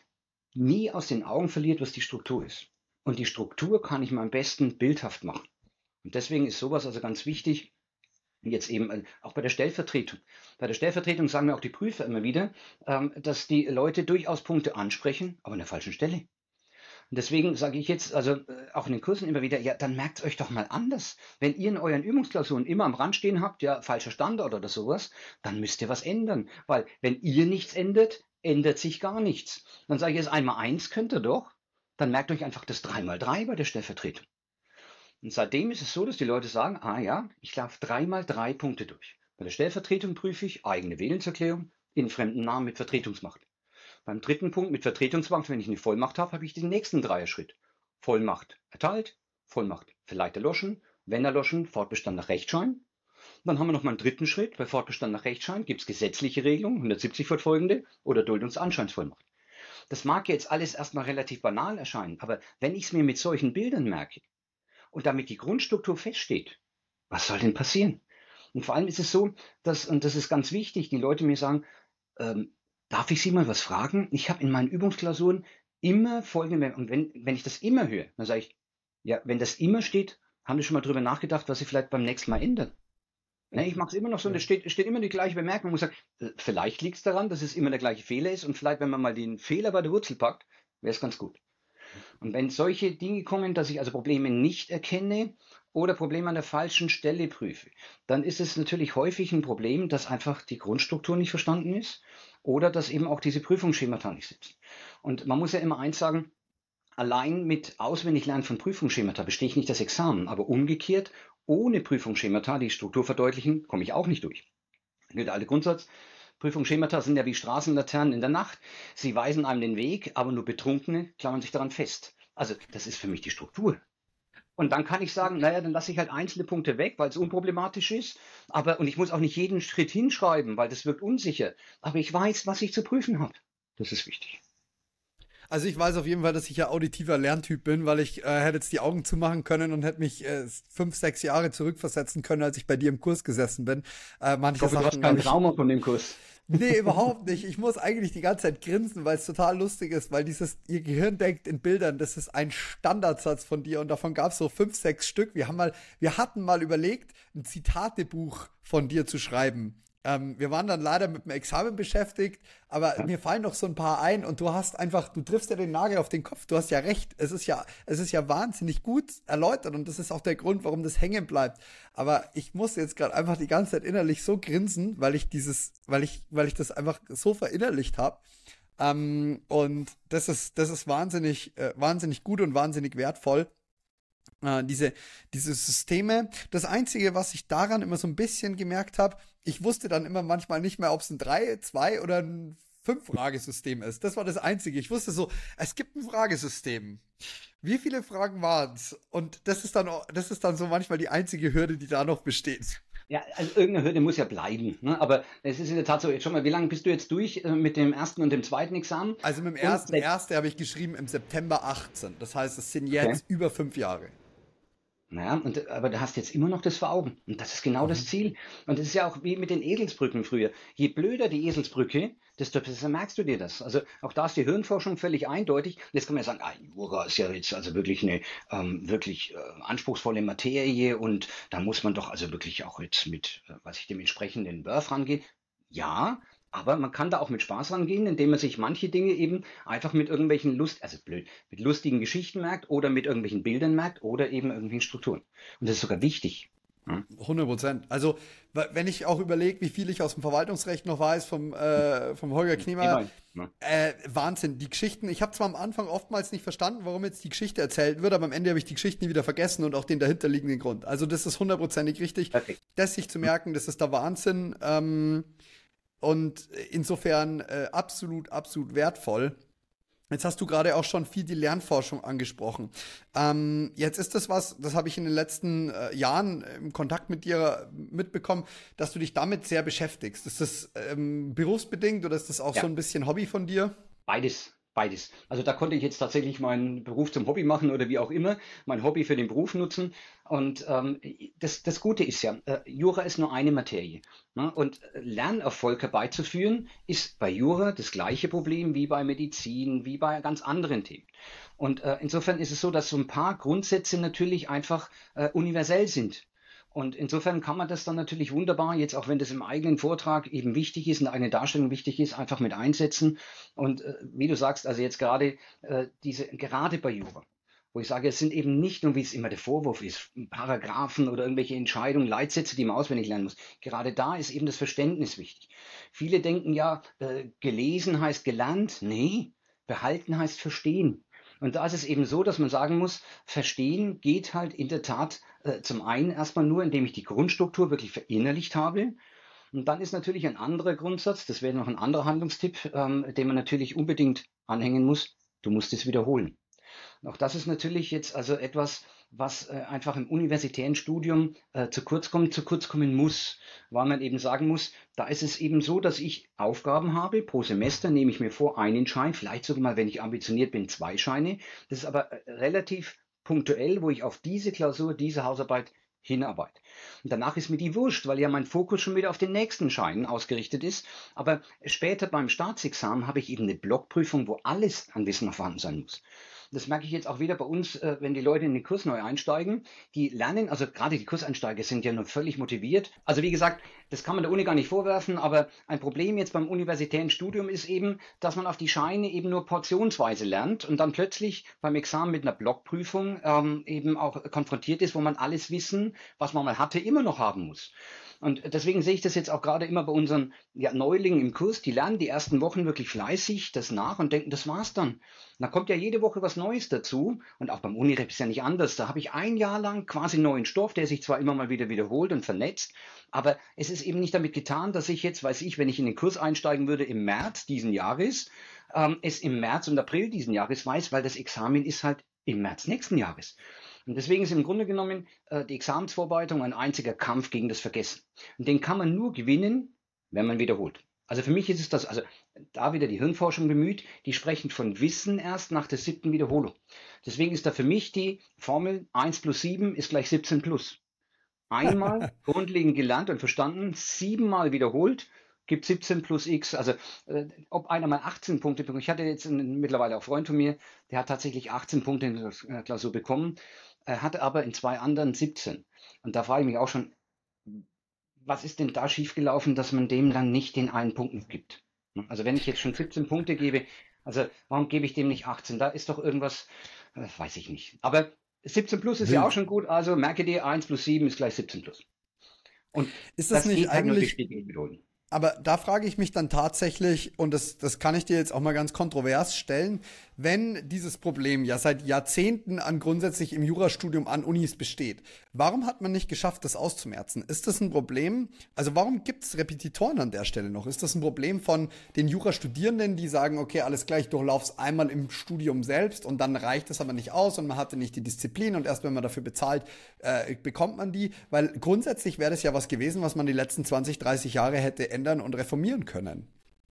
nie aus den Augen verliert, was die Struktur ist. Und die Struktur kann ich mir am besten bildhaft machen. Und deswegen ist sowas also ganz wichtig, jetzt eben auch bei der Stellvertretung. Bei der Stellvertretung sagen mir auch die Prüfer immer wieder, dass die Leute durchaus Punkte ansprechen, aber an der falschen Stelle. Und deswegen sage ich jetzt, also auch in den Kursen immer wieder, ja, dann merkt euch doch mal anders. Wenn ihr in euren Übungsklausuren immer am Rand stehen habt, ja, falscher Standort oder sowas, dann müsst ihr was ändern. Weil wenn ihr nichts ändert, ändert sich gar nichts. Dann sage ich jetzt einmal eins könnt ihr doch, dann merkt euch einfach das drei mal drei bei der Stellvertretung. Und seitdem ist es so, dass die Leute sagen, ah ja, ich laufe drei mal drei Punkte durch. Bei der Stellvertretung prüfe ich eigene Willenserklärung in fremden Namen mit Vertretungsmacht. Beim dritten Punkt mit Vertretungsmacht, wenn ich eine Vollmacht habe, habe ich den nächsten Dreierschritt. Vollmacht erteilt, Vollmacht vielleicht erloschen, wenn erloschen, Fortbestand nach Rechtsschein. Dann haben wir noch mal einen dritten Schritt. Bei Fortbestand nach Rechtsschein gibt es gesetzliche Regelungen, hundertsiebzig fortfolgende oder Duldungsanscheinsvollmacht. Das mag jetzt alles erstmal relativ banal erscheinen, aber wenn ich es mir mit solchen Bildern merke, und damit die Grundstruktur feststeht, was soll denn passieren? Und vor allem ist es so, dass, und das ist ganz wichtig, die Leute mir sagen, ähm, darf ich Sie mal was fragen? Ich habe in meinen Übungsklausuren immer folgende, und wenn, wenn ich das immer höre, dann sage ich, ja, wenn das immer steht, haben Sie schon mal drüber nachgedacht, was Sie vielleicht beim nächsten Mal ändern? Ne, ich mache es immer noch so, und es steht, steht immer die gleiche Bemerkung. Man muss sagen, äh, vielleicht liegt es daran, dass es immer der gleiche Fehler ist, und vielleicht, wenn man mal den Fehler bei der Wurzel packt, wäre es ganz gut. Und wenn solche Dinge kommen, dass ich also Probleme nicht erkenne oder Probleme an der falschen Stelle prüfe, dann ist es natürlich häufig ein Problem, dass einfach die Grundstruktur nicht verstanden ist oder dass eben auch diese Prüfungsschemata nicht sitzen. Und man muss ja immer eins sagen, allein mit Auswendiglernen von Prüfungsschemata bestehe ich nicht das Examen, aber umgekehrt, ohne Prüfungsschemata, die Struktur verdeutlichen, komme ich auch nicht durch. Der alte Grundsatz, Prüfungsschemata sind ja wie Straßenlaternen in der Nacht. Sie weisen einem den Weg, aber nur Betrunkene klammern sich daran fest. Also das ist für mich die Struktur. Und dann kann ich sagen, naja, dann lasse ich halt einzelne Punkte weg, weil es unproblematisch ist. Aber, und ich muss auch nicht jeden Schritt hinschreiben, weil das wirkt unsicher. Aber ich weiß, was ich zu prüfen habe. Das ist wichtig. Also ich weiß auf jeden Fall, dass ich ja auditiver Lerntyp bin, weil ich äh, hätte jetzt die Augen zumachen können und hätte mich äh, fünf, sechs Jahre zurückversetzen können, als ich bei dir im Kurs gesessen bin. Äh, manche ich hoffe, Sachen, du hast keinen ich, Trauma von dem Kurs. Nee, überhaupt nicht. Ich muss eigentlich die ganze Zeit grinsen, weil es total lustig ist, weil dieses, ihr Gehirn denkt in Bildern, das ist ein Standardsatz von dir und davon gab es so fünf, sechs Stück. Wir haben mal, wir hatten mal überlegt, ein Zitatebuch von dir zu schreiben. Ähm, wir waren dann leider mit dem Examen beschäftigt, aber ja. Mir fallen noch so ein paar ein und du hast einfach, du triffst ja den Nagel auf den Kopf, du hast ja recht, es ist ja, es ist ja wahnsinnig gut erläutert und das ist auch der Grund, warum das hängen bleibt. Aber ich muss jetzt gerade einfach die ganze Zeit innerlich so grinsen, weil ich dieses, weil ich, weil ich das einfach so verinnerlicht habe. Ähm, und das ist, das ist wahnsinnig, äh, wahnsinnig gut und wahnsinnig wertvoll. Äh, diese, diese Systeme. Das Einzige, was ich daran immer so ein bisschen gemerkt habe, ich wusste dann immer manchmal nicht mehr, ob es ein drei, zwei oder ein fünf-Fragesystem ist. Das war das Einzige. Ich wusste so, es gibt ein Fragesystem. Wie viele Fragen waren es? Und das ist dann, das ist dann so manchmal die einzige Hürde, die da noch besteht. Ja, also irgendeine Hürde muss ja bleiben. Ne? Aber es ist in der Tat so, jetzt schon mal, wie lange bist du jetzt durch äh, mit dem ersten und dem zweiten Examen? Also mit dem ersten, erste habe ich geschrieben im September achtzehn. Das heißt, es sind jetzt okay. über fünf Jahre. Naja, und, aber du hast jetzt immer noch das vor Augen. Und das ist genau mhm. das Ziel. Und das ist ja auch wie mit den Eselsbrücken früher. Je blöder die Eselsbrücke, desto besser merkst du dir das. Also auch da ist die Hirnforschung völlig eindeutig. Jetzt kann man ja sagen, ah, Jura ist ja jetzt also wirklich eine ähm, wirklich äh, anspruchsvolle Materie und da muss man doch also wirklich auch jetzt mit, äh, was ich dem entsprechenden Wurf rangehen. Ja, aber man kann da auch mit Spaß rangehen, indem man sich manche Dinge eben einfach mit irgendwelchen Lust, also blöd, mit lustigen Geschichten merkt oder mit irgendwelchen Bildern merkt oder eben irgendwelchen Strukturen. Und das ist sogar wichtig. Hm? hundert Prozent. Also, w- wenn ich auch überlege, wie viel ich aus dem Verwaltungsrecht noch weiß, vom, äh, vom Holger Kniemer, Immerhin, ne? äh, Wahnsinn. Die Geschichten, ich habe zwar am Anfang oftmals nicht verstanden, warum jetzt die Geschichte erzählt wird, aber am Ende habe ich die Geschichten nie wieder vergessen und auch den dahinterliegenden Grund. Also, das ist hundertprozentig richtig. Perfekt. Das sich zu merken, das ist der Wahnsinn. Ähm, und insofern äh, absolut, absolut wertvoll. Jetzt hast du gerade auch schon viel die Lernforschung angesprochen. Ähm, jetzt ist das was, das habe ich in den letzten äh, Jahren im Kontakt mit dir mitbekommen, dass du dich damit sehr beschäftigst. Ist das ähm, berufsbedingt oder ist das auch Ja. so ein bisschen Hobby von dir? Beides, beides. Also da konnte ich jetzt tatsächlich meinen Beruf zum Hobby machen oder wie auch immer, mein Hobby für den Beruf nutzen. Und ähm, das, das Gute ist ja, äh, Jura ist nur eine Materie. Ne? Und Lernerfolg herbeizuführen, ist bei Jura das gleiche Problem wie bei Medizin, wie bei ganz anderen Themen. Und äh, insofern ist es so, dass so ein paar Grundsätze natürlich einfach äh, universell sind. Und insofern kann man das dann natürlich wunderbar, jetzt auch wenn das im eigenen Vortrag eben wichtig ist, in der eigenen Darstellung wichtig ist, einfach mit einsetzen. Und äh, wie du sagst, also jetzt gerade äh, diese, gerade bei Jura, wo ich sage, es sind eben nicht nur, wie es immer der Vorwurf ist, Paragraphen oder irgendwelche Entscheidungen, Leitsätze, die man auswendig lernen muss. Gerade da ist eben das Verständnis wichtig. Viele denken ja, äh, gelesen heißt gelernt. Nee, behalten heißt verstehen. Und da ist es eben so, dass man sagen muss, verstehen geht halt in der Tat äh, zum einen erstmal nur, indem ich die Grundstruktur wirklich verinnerlicht habe. Und dann ist natürlich ein anderer Grundsatz, das wäre noch ein anderer Handlungstipp, ähm, den man natürlich unbedingt anhängen muss, du musst es wiederholen. Und auch das ist natürlich jetzt also etwas, was äh, einfach im universitären Studium äh, zu kurz kommt, zu kurz kommen muss, weil man eben sagen muss, da ist es eben so, dass ich Aufgaben habe, pro Semester nehme ich mir vor, einen Schein, vielleicht sogar mal, wenn ich ambitioniert bin, zwei Scheine. Das ist aber äh, relativ punktuell, wo ich auf diese Klausur, diese Hausarbeit hinarbeite. Und danach ist mir die wurscht, weil ja mein Fokus schon wieder auf den nächsten Schein ausgerichtet ist. Aber später beim Staatsexamen habe ich eben eine Blockprüfung, wo alles an Wissen noch vorhanden sein muss. Das merke ich jetzt auch wieder bei uns, äh, wenn die Leute in den Kurs neu einsteigen. Die lernen, also gerade die Kurseinsteiger sind ja nur völlig motiviert. Also wie gesagt, das kann man der Uni gar nicht vorwerfen, aber ein Problem jetzt beim universitären Studium ist eben, dass man auf die Scheine eben nur portionsweise lernt und dann plötzlich beim Examen mit einer Blockprüfung ähm, eben auch konfrontiert ist, wo man alles Wissen, was man mal hatte, immer noch haben muss. Und deswegen sehe ich das jetzt auch gerade immer bei unseren ja, Neulingen im Kurs, die lernen die ersten Wochen wirklich fleißig das nach und denken, das war's dann. Und da kommt ja jede Woche was Neues dazu und auch beim Unirep ist ja nicht anders. Da habe ich ein Jahr lang quasi neuen Stoff, der sich zwar immer mal wieder wiederholt und vernetzt, aber es ist eben nicht damit getan, dass ich jetzt, weiß ich, wenn ich in den Kurs einsteigen würde im März diesen Jahres, ähm, es im März und April diesen Jahres weiß, weil das Examen ist halt im März nächsten Jahres. Und deswegen ist im Grunde genommen äh, die Examensvorbereitung ein einziger Kampf gegen das Vergessen. Und den kann man nur gewinnen, wenn man wiederholt. Also für mich ist es das, also da wieder die Hirnforschung bemüht, die sprechen von Wissen erst nach der siebten Wiederholung. Deswegen ist da für mich die Formel eins plus sieben ist gleich siebzehn plus. Einmal grundlegend gelernt und verstanden, siebenmal wiederholt, gibt siebzehn plus x. Also äh, ob einer mal achtzehn Punkte bekommt. Ich hatte jetzt einen, mittlerweile auch einen Freund von mir, der hat tatsächlich achtzehn Punkte in der Klausur bekommen, er hatte aber in zwei anderen siebzehn. Und da frage ich mich auch schon, was ist denn da schiefgelaufen, dass man dem dann nicht den einen Punkt gibt? Also wenn ich jetzt schon siebzehn Punkte gebe, also warum gebe ich dem nicht achtzehn? Da ist doch irgendwas, äh, weiß ich nicht. Aber siebzehn plus ist ja auch schon gut, also merke dir, eins plus sieben ist gleich siebzehn plus. Und Ist das, das nicht geht halt nur durch eigentlich, stetige Wiederholung. aber da frage ich mich dann tatsächlich, und das, das kann ich dir jetzt auch mal ganz kontrovers stellen, wenn dieses Problem ja seit Jahrzehnten an grundsätzlich im Jurastudium an Unis besteht, warum hat man nicht geschafft, das auszumerzen? Ist das ein Problem? Also warum gibt es Repetitoren an der Stelle noch? Ist das ein Problem von den Jurastudierenden, die sagen, okay, alles gleich, durchlauf's einmal im Studium selbst und dann reicht es aber nicht aus und man hatte nicht die Disziplin und erst wenn man dafür bezahlt, äh, bekommt man die? Weil grundsätzlich wäre das ja was gewesen, was man die letzten zwanzig, dreißig Jahre hätte ändern und reformieren können.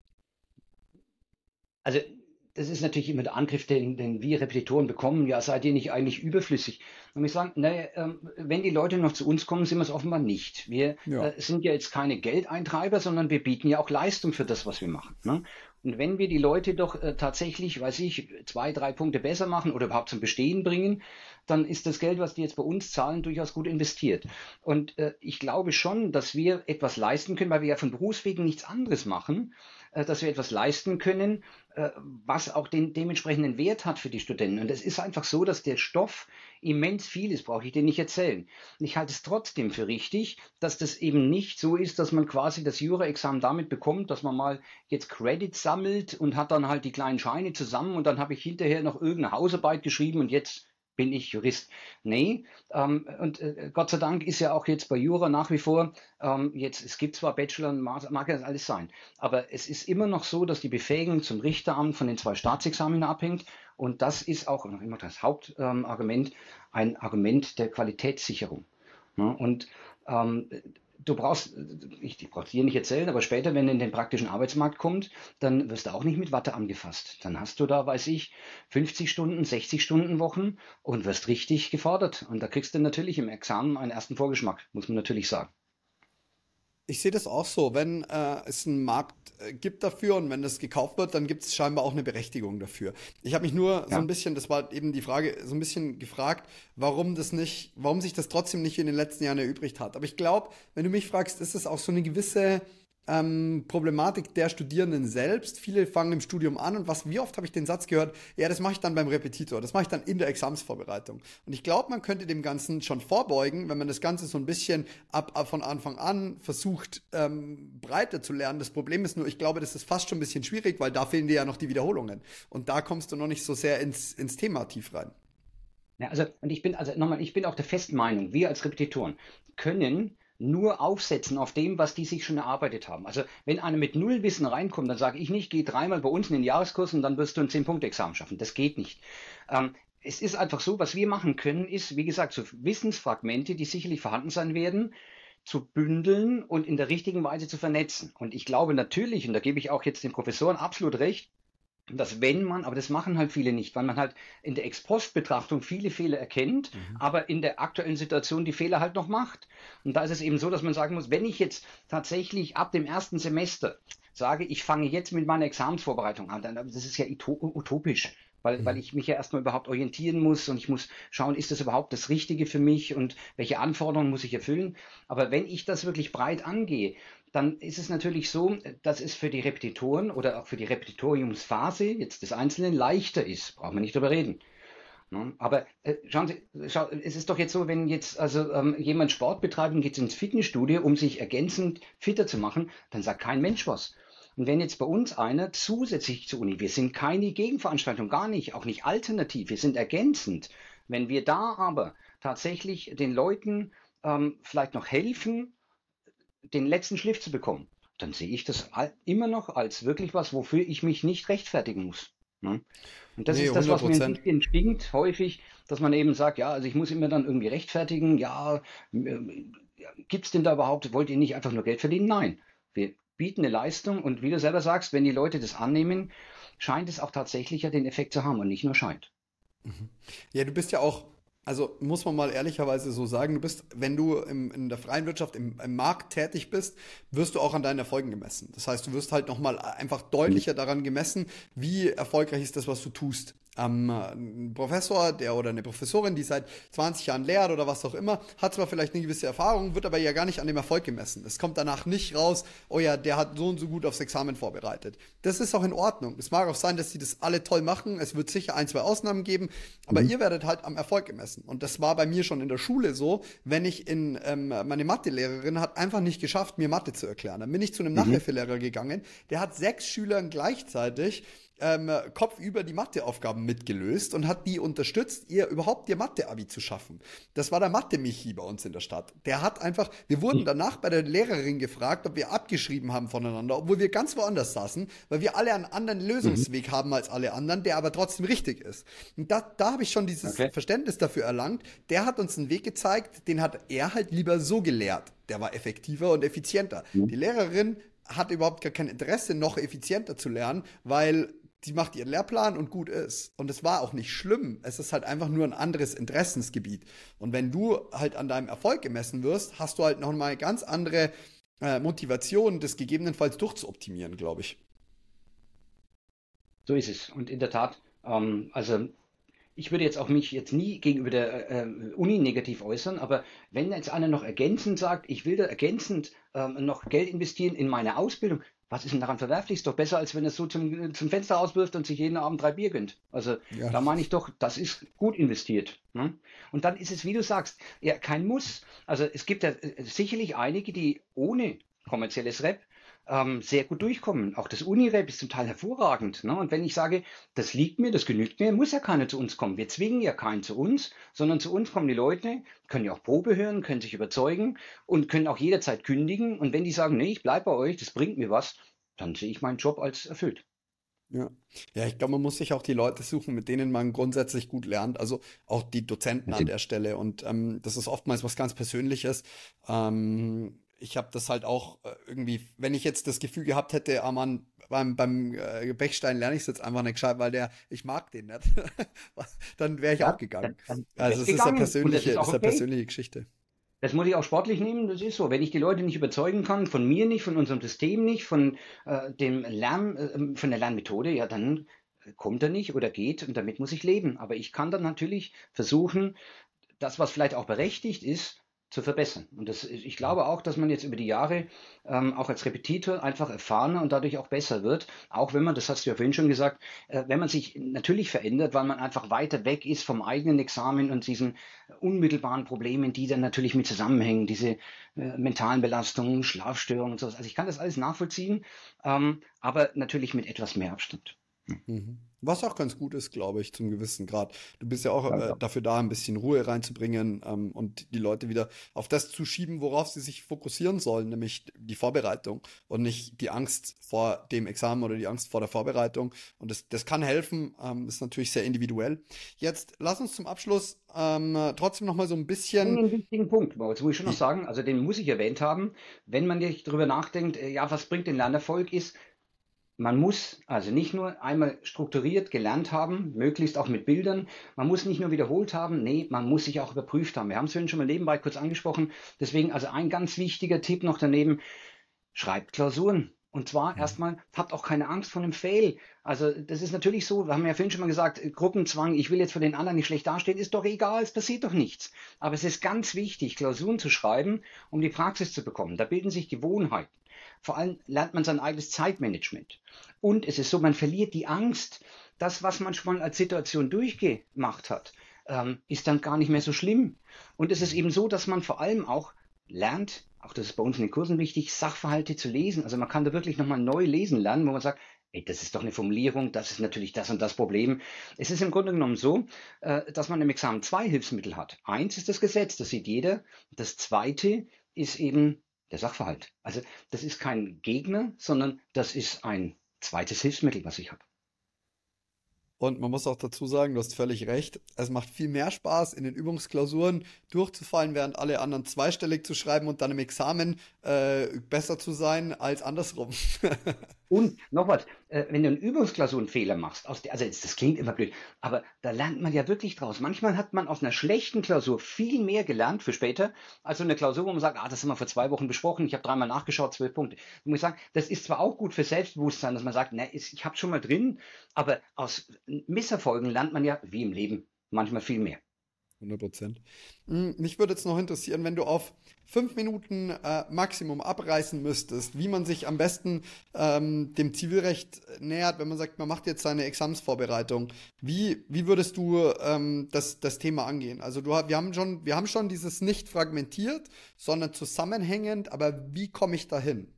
Also das ist natürlich immer der Angriff, den, den wir Repetitoren bekommen. Ja, seid ihr nicht eigentlich überflüssig? Und ich sage, naja, ähm, wenn die Leute noch zu uns kommen, sind wir es offenbar nicht. Wir Ja. äh, sind ja jetzt keine Geldeintreiber, sondern wir bieten ja auch Leistung für das, was wir machen. Ne? Und wenn wir die Leute doch äh, tatsächlich, weiß ich, zwei, drei Punkte besser machen oder überhaupt zum Bestehen bringen, dann ist das Geld, was die jetzt bei uns zahlen, durchaus gut investiert. Und äh, ich glaube schon, dass wir etwas leisten können, weil wir ja von Berufswegen nichts anderes machen, äh, dass wir etwas leisten können, äh, was auch den dementsprechenden Wert hat für die Studenten. Und es ist einfach so, dass der Stoff immens viel ist, brauche ich dir nicht erzählen. Und ich halte es trotzdem für richtig, dass das eben nicht so ist, dass man quasi das Jura-Examen damit bekommt, dass man mal jetzt Credits sammelt und hat dann halt die kleinen Scheine zusammen und dann habe ich hinterher noch irgendeine Hausarbeit geschrieben und jetzt bin ich Jurist. Nee, ähm, und äh, Gott sei Dank ist ja auch jetzt bei Jura nach wie vor, ähm, jetzt, es gibt zwar Bachelor und Master, mag ja alles sein, aber es ist immer noch so, dass die Befähigung zum Richteramt von den zwei Staatsexamen abhängt und das ist auch noch immer das Hauptargument, ähm, ein Argument der Qualitätssicherung. Ja, und ähm, du brauchst, ich, ich brauche dir nicht erzählen, aber später, wenn du in den praktischen Arbeitsmarkt kommst, dann wirst du auch nicht mit Watte angefasst. Dann hast du da, weiß ich, fünfzig Stunden, sechzig Stunden Wochen und wirst richtig gefordert. Und da kriegst du natürlich im Examen einen ersten Vorgeschmack, muss man natürlich sagen. Ich sehe das auch so. Wenn äh, es einen Markt äh, gibt dafür und wenn das gekauft wird, dann gibt es scheinbar auch eine Berechtigung dafür. Ich habe mich nur so Ja. ein bisschen, das war eben die Frage, so ein bisschen gefragt, warum das nicht, warum sich das trotzdem nicht in den letzten Jahren erübrigt hat. Aber ich glaube, wenn du mich fragst, ist es auch so eine gewisse ähm, Problematik der Studierenden selbst. Viele fangen im Studium an und was, wie oft habe ich den Satz gehört, ja, das mache ich dann beim Repetitor, das mache ich dann in der Examsvorbereitung. Und ich glaube, man könnte dem Ganzen schon vorbeugen, wenn man das Ganze so ein bisschen ab, ab von Anfang an versucht, ähm, breiter zu lernen. Das Problem ist nur, ich glaube, das ist fast schon ein bisschen schwierig, weil da fehlen dir ja noch die Wiederholungen. Und da kommst du noch nicht so sehr ins, ins Thema tief rein. Ja, also, und ich bin, also nochmal, ich bin auch der festen Meinung, wir als Repetitoren können nur aufsetzen auf dem, was die sich schon erarbeitet haben. Also wenn einer mit null Wissen reinkommt, dann sage ich nicht, geh dreimal bei uns in den Jahreskurs und dann wirst du ein zehn-Punkte-Examen schaffen. Das geht nicht. Ähm, es ist einfach so, was wir machen können, ist, wie gesagt, so Wissensfragmente, die sicherlich vorhanden sein werden, zu bündeln und in der richtigen Weise zu vernetzen. Und ich glaube natürlich, und da gebe ich auch jetzt den Professoren absolut recht, dass wenn man, aber das machen halt viele nicht, weil man halt in der Ex-Post-Betrachtung viele Fehler erkennt, mhm. aber in der aktuellen Situation die Fehler halt noch macht. Und da ist es eben so, dass man sagen muss, wenn ich jetzt tatsächlich ab dem ersten Semester sage, ich fange jetzt mit meiner Examensvorbereitung an, dann das ist ja utopisch. Weil, weil ich mich ja erstmal überhaupt orientieren muss und ich muss schauen, ist das überhaupt das Richtige für mich und welche Anforderungen muss ich erfüllen. Aber wenn ich das wirklich breit angehe, dann ist es natürlich so, dass es für die Repetitoren oder auch für die Repetitoriumsphase jetzt des Einzelnen leichter ist. Brauchen wir nicht drüber reden. Ne? Aber äh, schauen Sie, schau, es ist doch jetzt so, wenn jetzt also ähm, jemand Sport betreibt und geht ins Fitnessstudio, um sich ergänzend fitter zu machen, dann sagt kein Mensch was. Und wenn jetzt bei uns einer zusätzlich zur Uni, wir sind keine Gegenveranstaltung, gar nicht, auch nicht alternativ, wir sind ergänzend. Wenn wir da aber tatsächlich den Leuten ähm, vielleicht noch helfen, den letzten Schliff zu bekommen, dann sehe ich das immer noch als wirklich was, wofür ich mich nicht rechtfertigen muss. Ne? Und das Nee, ist das, was mir ein hundert Prozent. bisschen stinkt, häufig, dass man eben sagt, ja, also ich muss immer dann irgendwie rechtfertigen, ja, äh, gibt es denn da überhaupt, wollt ihr nicht einfach nur Geld verdienen? Nein, wir bieten eine Leistung und wie du selber sagst, wenn die Leute das annehmen, scheint es auch tatsächlich ja den Effekt zu haben und nicht nur scheint. Ja, du bist ja auch, also muss man mal ehrlicherweise so sagen, du bist, wenn du im, in der freien Wirtschaft, im, im Markt tätig bist, wirst du auch an deinen Erfolgen gemessen. Das heißt, du wirst halt nochmal einfach deutlicher daran gemessen, wie erfolgreich ist das, was du tust. Ähm, ein Professor, der oder eine Professorin, die seit zwanzig Jahren lehrt oder was auch immer, hat zwar vielleicht eine gewisse Erfahrung, wird aber ja gar nicht an dem Erfolg gemessen. Es kommt danach nicht raus, oh ja, der hat so und so gut aufs Examen vorbereitet. Das ist auch in Ordnung. Es mag auch sein, dass sie das alle toll machen. Es wird sicher ein, zwei Ausnahmen geben, aber mhm. ihr werdet halt am Erfolg gemessen. Und das war bei mir schon in der Schule so, wenn ich in, ähm, meine Mathelehrerin hat einfach nicht geschafft, mir Mathe zu erklären. Dann bin ich zu einem mhm. Nachhilfelehrer gegangen, der hat sechs Schülern gleichzeitig Ähm, kopfüber die Matheaufgaben mitgelöst und hat die unterstützt, ihr überhaupt ihr Mathe-Abi zu schaffen. Das war der Mathe-Michi bei uns in der Stadt. Der hat einfach, wir wurden danach bei der Lehrerin gefragt, ob wir abgeschrieben haben voneinander, obwohl wir ganz woanders saßen, weil wir alle einen anderen Lösungsweg mhm. haben als alle anderen, der aber trotzdem richtig ist. Und da, da habe ich schon dieses okay. Verständnis dafür erlangt. Der hat uns einen Weg gezeigt, den hat er halt lieber so gelehrt. Der war effektiver und effizienter. Mhm. Die Lehrerin hat überhaupt gar kein Interesse, noch effizienter zu lernen, weil die macht ihren Lehrplan und gut ist. Und es war auch nicht schlimm. Es ist halt einfach nur ein anderes Interessensgebiet. Und wenn du halt an deinem Erfolg gemessen wirst, hast du halt noch mal eine ganz andere äh, Motivation, das gegebenenfalls durchzuoptimieren, glaube ich. So ist es. Und in der Tat, ähm, also ich würde jetzt auch mich jetzt nie gegenüber der äh, Uni negativ äußern, aber wenn jetzt einer noch ergänzend sagt, ich will da ergänzend ähm, noch Geld investieren in meine Ausbildung, Was ist denn daran verwerflich? Ist doch besser, als wenn er es so zum, zum Fenster auswirft und sich jeden Abend drei Bier gönnt. Also Ja. da meine ich doch, das ist gut investiert. Ne? Und dann ist es, wie du sagst, ja kein Muss. Also es gibt ja äh, sicherlich einige, die ohne kommerzielles Rap ähm, sehr gut durchkommen. Auch das Uni-Rap ist zum Teil hervorragend. Ne? Und wenn ich sage, das liegt mir, das genügt mir, muss ja keiner zu uns kommen. Wir zwingen ja keinen zu uns, sondern zu uns kommen die Leute, können ja auch Probe hören, können sich überzeugen und können auch jederzeit kündigen. Und wenn die sagen, nee, ich bleibe bei euch, das bringt mir was, dann sehe ich meinen Job als erfüllt. Ja. Ja, ich glaube, man muss sich auch die Leute suchen, mit denen man grundsätzlich gut lernt. Also auch die Dozenten an der Stelle. Und ähm, das ist oftmals was ganz Persönliches. Ähm, ich habe das halt auch äh, irgendwie, wenn ich jetzt das Gefühl gehabt hätte, ah Mann, beim, beim äh, Bechstein lerne ich es jetzt einfach nicht gescheit, weil der, ich mag den nicht, dann wäre ich auch Ja, gegangen. dann, dann Also ist es ist eine gegangen und das persönliche, ist das auch ist eine okay. persönliche Geschichte. Das muss ich auch sportlich nehmen, das ist so. Wenn ich die Leute nicht überzeugen kann, von mir nicht, von unserem System nicht, von äh, dem Lern, äh, von der Lernmethode, ja, dann kommt er nicht oder geht und damit muss ich leben. Aber ich kann dann natürlich versuchen, das, was vielleicht auch berechtigt ist, zu verbessern. Und das, ich glaube auch, dass man jetzt über die Jahre ähm, auch als Repetitor einfach erfahrener und dadurch auch besser wird. Auch wenn man, das hast du ja vorhin schon gesagt, äh, wenn man sich natürlich verändert, weil man einfach weiter weg ist vom eigenen Examen und diesen unmittelbaren Problemen, die dann natürlich mit zusammenhängen, diese äh, mentalen Belastungen, Schlafstörungen und so. Also ich kann das alles nachvollziehen, ähm, aber natürlich mit etwas mehr Abstand. Mhm. Was auch ganz gut ist, glaube ich, zum gewissen Grad. Du bist ja auch Ja, äh, ja. dafür da, ein bisschen Ruhe reinzubringen ähm, und die Leute wieder auf das zu schieben, worauf sie sich fokussieren sollen, nämlich die Vorbereitung und nicht die Angst vor dem Examen oder die Angst vor der Vorbereitung. Und das, das kann helfen, ähm, ist natürlich sehr individuell. Jetzt lass uns zum Abschluss ähm, trotzdem noch mal so ein bisschen. Einen wichtigen Punkt, jetzt muss ich schon noch sagen, also den muss ich erwähnt haben, wenn man nicht drüber nachdenkt, äh, ja, was bringt den Lernerfolg, ist, man muss also nicht nur einmal strukturiert gelernt haben, möglichst auch mit Bildern. Man muss nicht nur wiederholt haben, nee, man muss sich auch überprüft haben. Wir haben es vorhin schon mal nebenbei kurz angesprochen. Deswegen also ein ganz wichtiger Tipp noch daneben, schreibt Klausuren. Und zwar erstmal, habt auch keine Angst vor einem Fail. Also das ist natürlich so, wir haben ja vorhin schon mal gesagt, Gruppenzwang, ich will jetzt für den anderen nicht schlecht dastehen, ist doch egal, es passiert doch nichts. Aber es ist ganz wichtig, Klausuren zu schreiben, um die Praxis zu bekommen. Da bilden sich Gewohnheiten. Vor allem lernt man sein eigenes Zeitmanagement. Und es ist so, man verliert die Angst, das, was man schon mal als Situation durchgemacht hat, ähm, ist dann gar nicht mehr so schlimm. Und es ist eben so, dass man vor allem auch lernt, auch das ist bei uns in den Kursen wichtig, Sachverhalte zu lesen. Also man kann da wirklich nochmal neu lesen lernen, wo man sagt, ey, das ist doch eine Formulierung, das ist natürlich das und das Problem. Es ist im Grunde genommen so, äh, dass man im Examen zwei Hilfsmittel hat. Eins ist das Gesetz, das sieht jeder. Das zweite ist eben der Sachverhalt. Also das ist kein Gegner, sondern das ist ein zweites Hilfsmittel, was ich habe. Und man muss auch dazu sagen, du hast völlig recht, es macht viel mehr Spaß, in den Übungsklausuren durchzufallen, während alle anderen zweistellig zu schreiben und dann im Examen äh, besser zu sein, als andersrum. Und noch was, äh, wenn du einen Übungsklausurenfehler machst, aus der, also jetzt, das klingt immer blöd, aber da lernt man ja wirklich draus. Manchmal hat man aus einer schlechten Klausur viel mehr gelernt für später, als so eine Klausur, wo man sagt, ah, das haben wir vor zwei Wochen besprochen, ich habe dreimal nachgeschaut, zwölf Punkte. Ich muss sagen, das ist zwar auch gut für Selbstbewusstsein, dass man sagt, ne, ich habe schon mal drin, aber aus Misserfolgen lernt man ja, wie im Leben, manchmal viel mehr. hundert Prozent. Mich würde jetzt noch interessieren, wenn du auf fünf Minuten äh, Maximum abreißen müsstest, wie man sich am besten ähm, dem Zivilrecht nähert, wenn man sagt, man macht jetzt seine Examsvorbereitung. Wie, wie würdest du ähm, das, das Thema angehen? Also du, wir haben schon, wir haben schon dieses nicht fragmentiert, sondern zusammenhängend, aber wie komme ich dahin?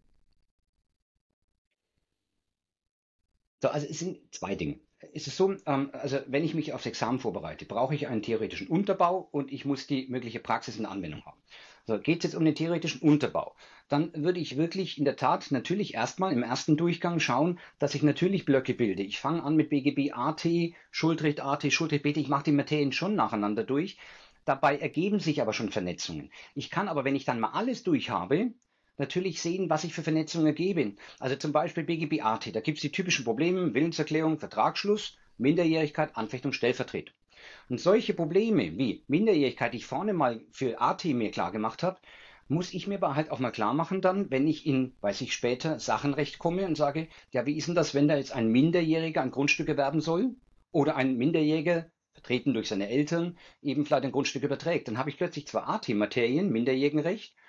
So, also es sind zwei Dinge. Es ist so, ähm, also wenn ich mich aufs Examen vorbereite, brauche ich einen theoretischen Unterbau und ich muss die mögliche Praxis in Anwendung haben. So, geht es jetzt um den theoretischen Unterbau, dann würde ich wirklich in der Tat natürlich erstmal im ersten Durchgang schauen, dass ich natürlich Blöcke bilde. Ich fange an mit B G B A T, Schuldrecht A T, Schuldrecht B T, ich mache die Materien schon nacheinander durch. Dabei ergeben sich aber schon Vernetzungen. Ich kann aber, wenn ich dann mal alles durch habe, natürlich sehen, was ich für Vernetzungen ergebe. Also zum Beispiel B G B A T, da gibt es die typischen Probleme, Willenserklärung, Vertragsschluss, Minderjährigkeit, Anfechtung, Stellvertretung. Und solche Probleme wie Minderjährigkeit, die ich vorne mal für A T mir klar gemacht habe, muss ich mir aber halt auch mal klar machen dann, wenn ich in, weiß ich später, Sachenrecht komme und sage, ja, wie ist denn das, wenn da jetzt ein Minderjähriger ein Grundstück erwerben soll oder ein Minderjähriger, vertreten durch seine Eltern, eben vielleicht ein Grundstück überträgt. Dann habe ich plötzlich zwar A T-Materien, Minderjährigenrecht,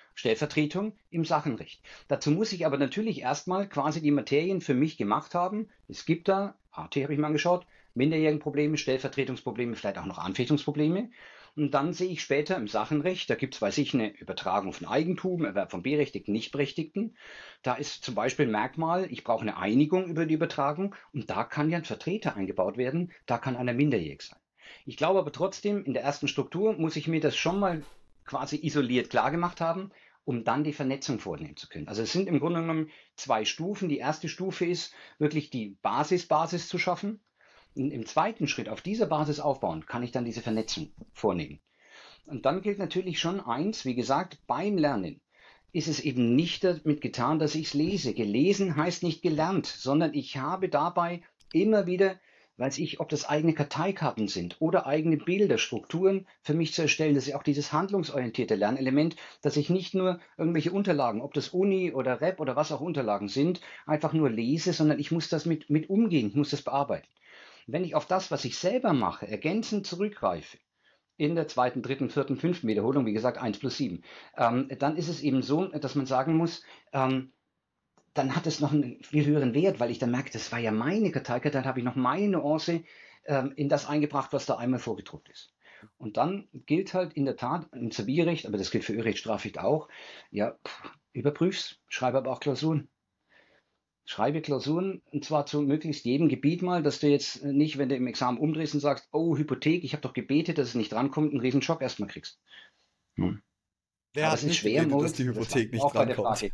Stellvertretung im Sachenrecht. Dazu muss ich aber natürlich erstmal quasi die Materien für mich gemacht haben. Es gibt da, A T habe ich mal angeschaut, Minderjährigenprobleme, Stellvertretungsprobleme, vielleicht auch noch Anfechtungsprobleme. Und dann sehe ich später im Sachenrecht, da gibt es, weiß ich, eine Übertragung von Eigentum, Erwerb von Berechtigten, Nichtberechtigten. Da ist zum Beispiel ein Merkmal, ich brauche eine Einigung über die Übertragung und da kann ja ein Vertreter eingebaut werden, da kann einer minderjährig sein. Ich glaube aber trotzdem, in der ersten Struktur muss ich mir das schon mal quasi isoliert klargemacht haben, um dann die Vernetzung vornehmen zu können. Also es sind im Grunde genommen zwei Stufen. Die erste Stufe ist wirklich die Basis, Basis zu schaffen. Und im zweiten Schritt auf dieser Basis aufbauen, kann ich dann diese Vernetzung vornehmen. Und dann gilt natürlich schon eins, wie gesagt, beim Lernen ist es eben nicht damit getan, dass ich es lese. Gelesen heißt nicht gelernt, sondern ich habe dabei immer wieder, weiß ich, ob das eigene Karteikarten sind oder eigene Bilder, Strukturen für mich zu erstellen. Das ist ja auch dieses handlungsorientierte Lernelement, dass ich nicht nur irgendwelche Unterlagen, ob das Uni oder Rep oder was auch Unterlagen sind, einfach nur lese, sondern ich muss das mit, mit umgehen, ich muss das bearbeiten. Wenn ich auf das, was ich selber mache, ergänzend zurückgreife, in der zweiten, dritten, vierten, fünften Wiederholung, wie gesagt eins plus sieben, ähm, dann ist es eben so, dass man sagen muss, ähm, dann hat es noch einen viel höheren Wert, weil ich dann merke, das war ja meine Karteikarte, dann habe ich noch meine Nuance ähm, in das eingebracht, was da einmal vorgedruckt ist. Und dann gilt halt in der Tat im Zivilrecht, aber das gilt für Örecht, Strafrecht auch, ja, pff, überprüf's, schreibe aber auch Klausuren. Schreibe Klausuren und zwar zu möglichst jedem Gebiet mal, dass du jetzt nicht, wenn du im Examen umdrehst und sagst, oh, Hypothek, ich habe doch gebetet, dass es nicht drankommt, einen riesen Schock erstmal kriegst. Hm. Wer aber hat es ist nicht schwer, gebetet, Moritz, dass die Hypothek nicht auch bei der drankommt? Frage.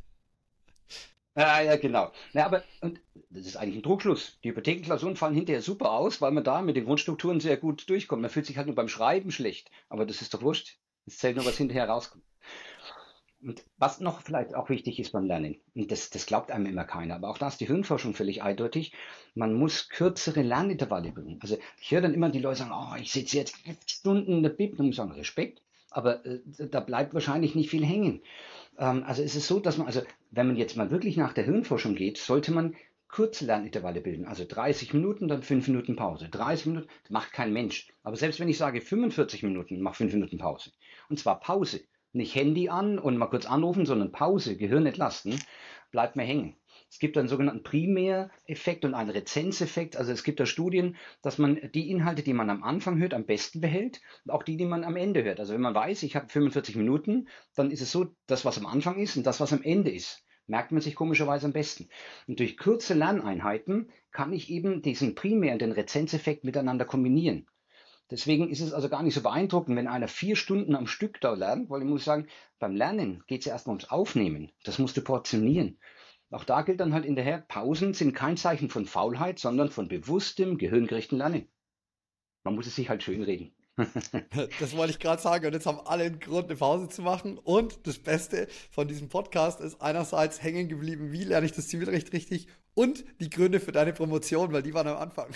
Ja, ja, genau. Ja, aber und das ist eigentlich ein Trugschluss. Die Hypothekenklausuren fallen hinterher super aus, weil man da mit den Grundstrukturen sehr gut durchkommt. Man fühlt sich halt nur beim Schreiben schlecht, aber das ist doch wurscht. Es zählt nur, was hinterher rauskommt. Und was noch vielleicht auch wichtig ist beim Lernen, und das, das glaubt einem immer keiner, aber auch da ist die Hirnforschung völlig eindeutig, man muss kürzere Lernintervalle bringen. Also ich höre dann immer die Leute sagen, oh, ich sitze jetzt acht Stunden in der Bib, und ich sage, Respekt, aber äh, da bleibt wahrscheinlich nicht viel hängen. Ähm, also es ist so, dass man, also wenn man jetzt mal wirklich nach der Hirnforschung geht, sollte man kurze Lernintervalle bilden, also dreißig Minuten, dann fünf Minuten Pause. dreißig Minuten, das macht kein Mensch. Aber selbst wenn ich sage fünfundvierzig Minuten, mach fünf Minuten Pause. Und zwar Pause. Nicht Handy an und mal kurz anrufen, sondern Pause, Gehirn entlasten, bleibt mir hängen. Es gibt einen sogenannten Primäreffekt und einen Rezenzeffekt. Also es gibt da Studien, dass man die Inhalte, die man am Anfang hört, am besten behält und auch die, die man am Ende hört. Also wenn man weiß, ich habe fünfundvierzig Minuten, dann ist es so, das, was am Anfang ist und das, was am Ende ist, merkt man sich komischerweise am besten. Und durch kurze Lerneinheiten kann ich eben diesen Primär- und den Rezenzeffekt miteinander kombinieren. Deswegen ist es also gar nicht so beeindruckend, wenn einer vier Stunden am Stück da lernt, weil ich muss sagen, beim Lernen geht es ja erstmal ums Aufnehmen. Das musst du portionieren. Auch da gilt dann halt hinterher, Pausen sind kein Zeichen von Faulheit, sondern von bewusstem, gehirngerichteten Lernen. Man muss es sich halt schönreden. Das wollte ich gerade sagen. Und jetzt haben alle einen Grund, eine Pause zu machen. Und das Beste von diesem Podcast ist einerseits hängen geblieben, wie lerne ich das Zivilrecht richtig und die Gründe für deine Promotion, weil die waren am Anfang.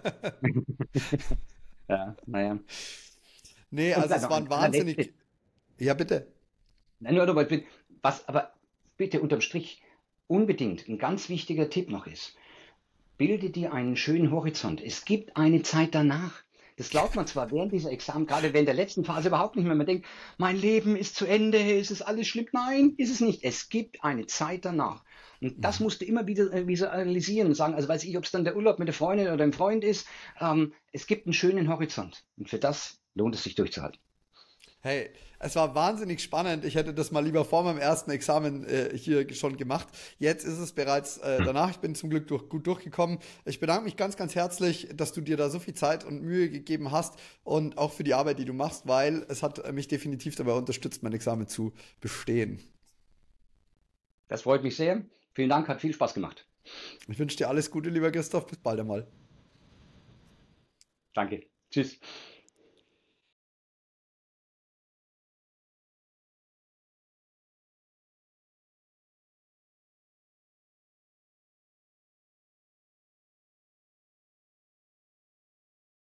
Ja, naja. Nee, Und also es dann waren noch ein wahnsinnig. letztes. Ja, bitte. Nein, nur, aber bitte, was aber bitte unterm Strich unbedingt ein ganz wichtiger Tipp noch ist, bilde dir einen schönen Horizont. Es gibt eine Zeit danach. Das glaubt man zwar während dieser Examen, gerade während der letzten Phase überhaupt nicht mehr. Man denkt, mein Leben ist zu Ende, es ist alles schlimm. Nein, ist es nicht. Es gibt eine Zeit danach. Und das musst du immer wieder äh, visualisieren und sagen, also weiß ich, ob es dann der Urlaub mit der Freundin oder dem Freund ist. Ähm, es gibt einen schönen Horizont. Und für das lohnt es sich durchzuhalten. Hey, es war wahnsinnig spannend. Ich hätte das mal lieber vor meinem ersten Examen äh, hier schon gemacht. Jetzt ist es bereits äh, danach. Ich bin zum Glück durch, gut durchgekommen. Ich bedanke mich ganz, ganz herzlich, dass du dir da so viel Zeit und Mühe gegeben hast und auch für die Arbeit, die du machst, weil es hat mich definitiv dabei unterstützt, mein Examen zu bestehen. Das freut mich sehr. Vielen Dank, hat viel Spaß gemacht. Ich wünsche dir alles Gute, lieber Christoph. Bis bald einmal. Danke. Tschüss.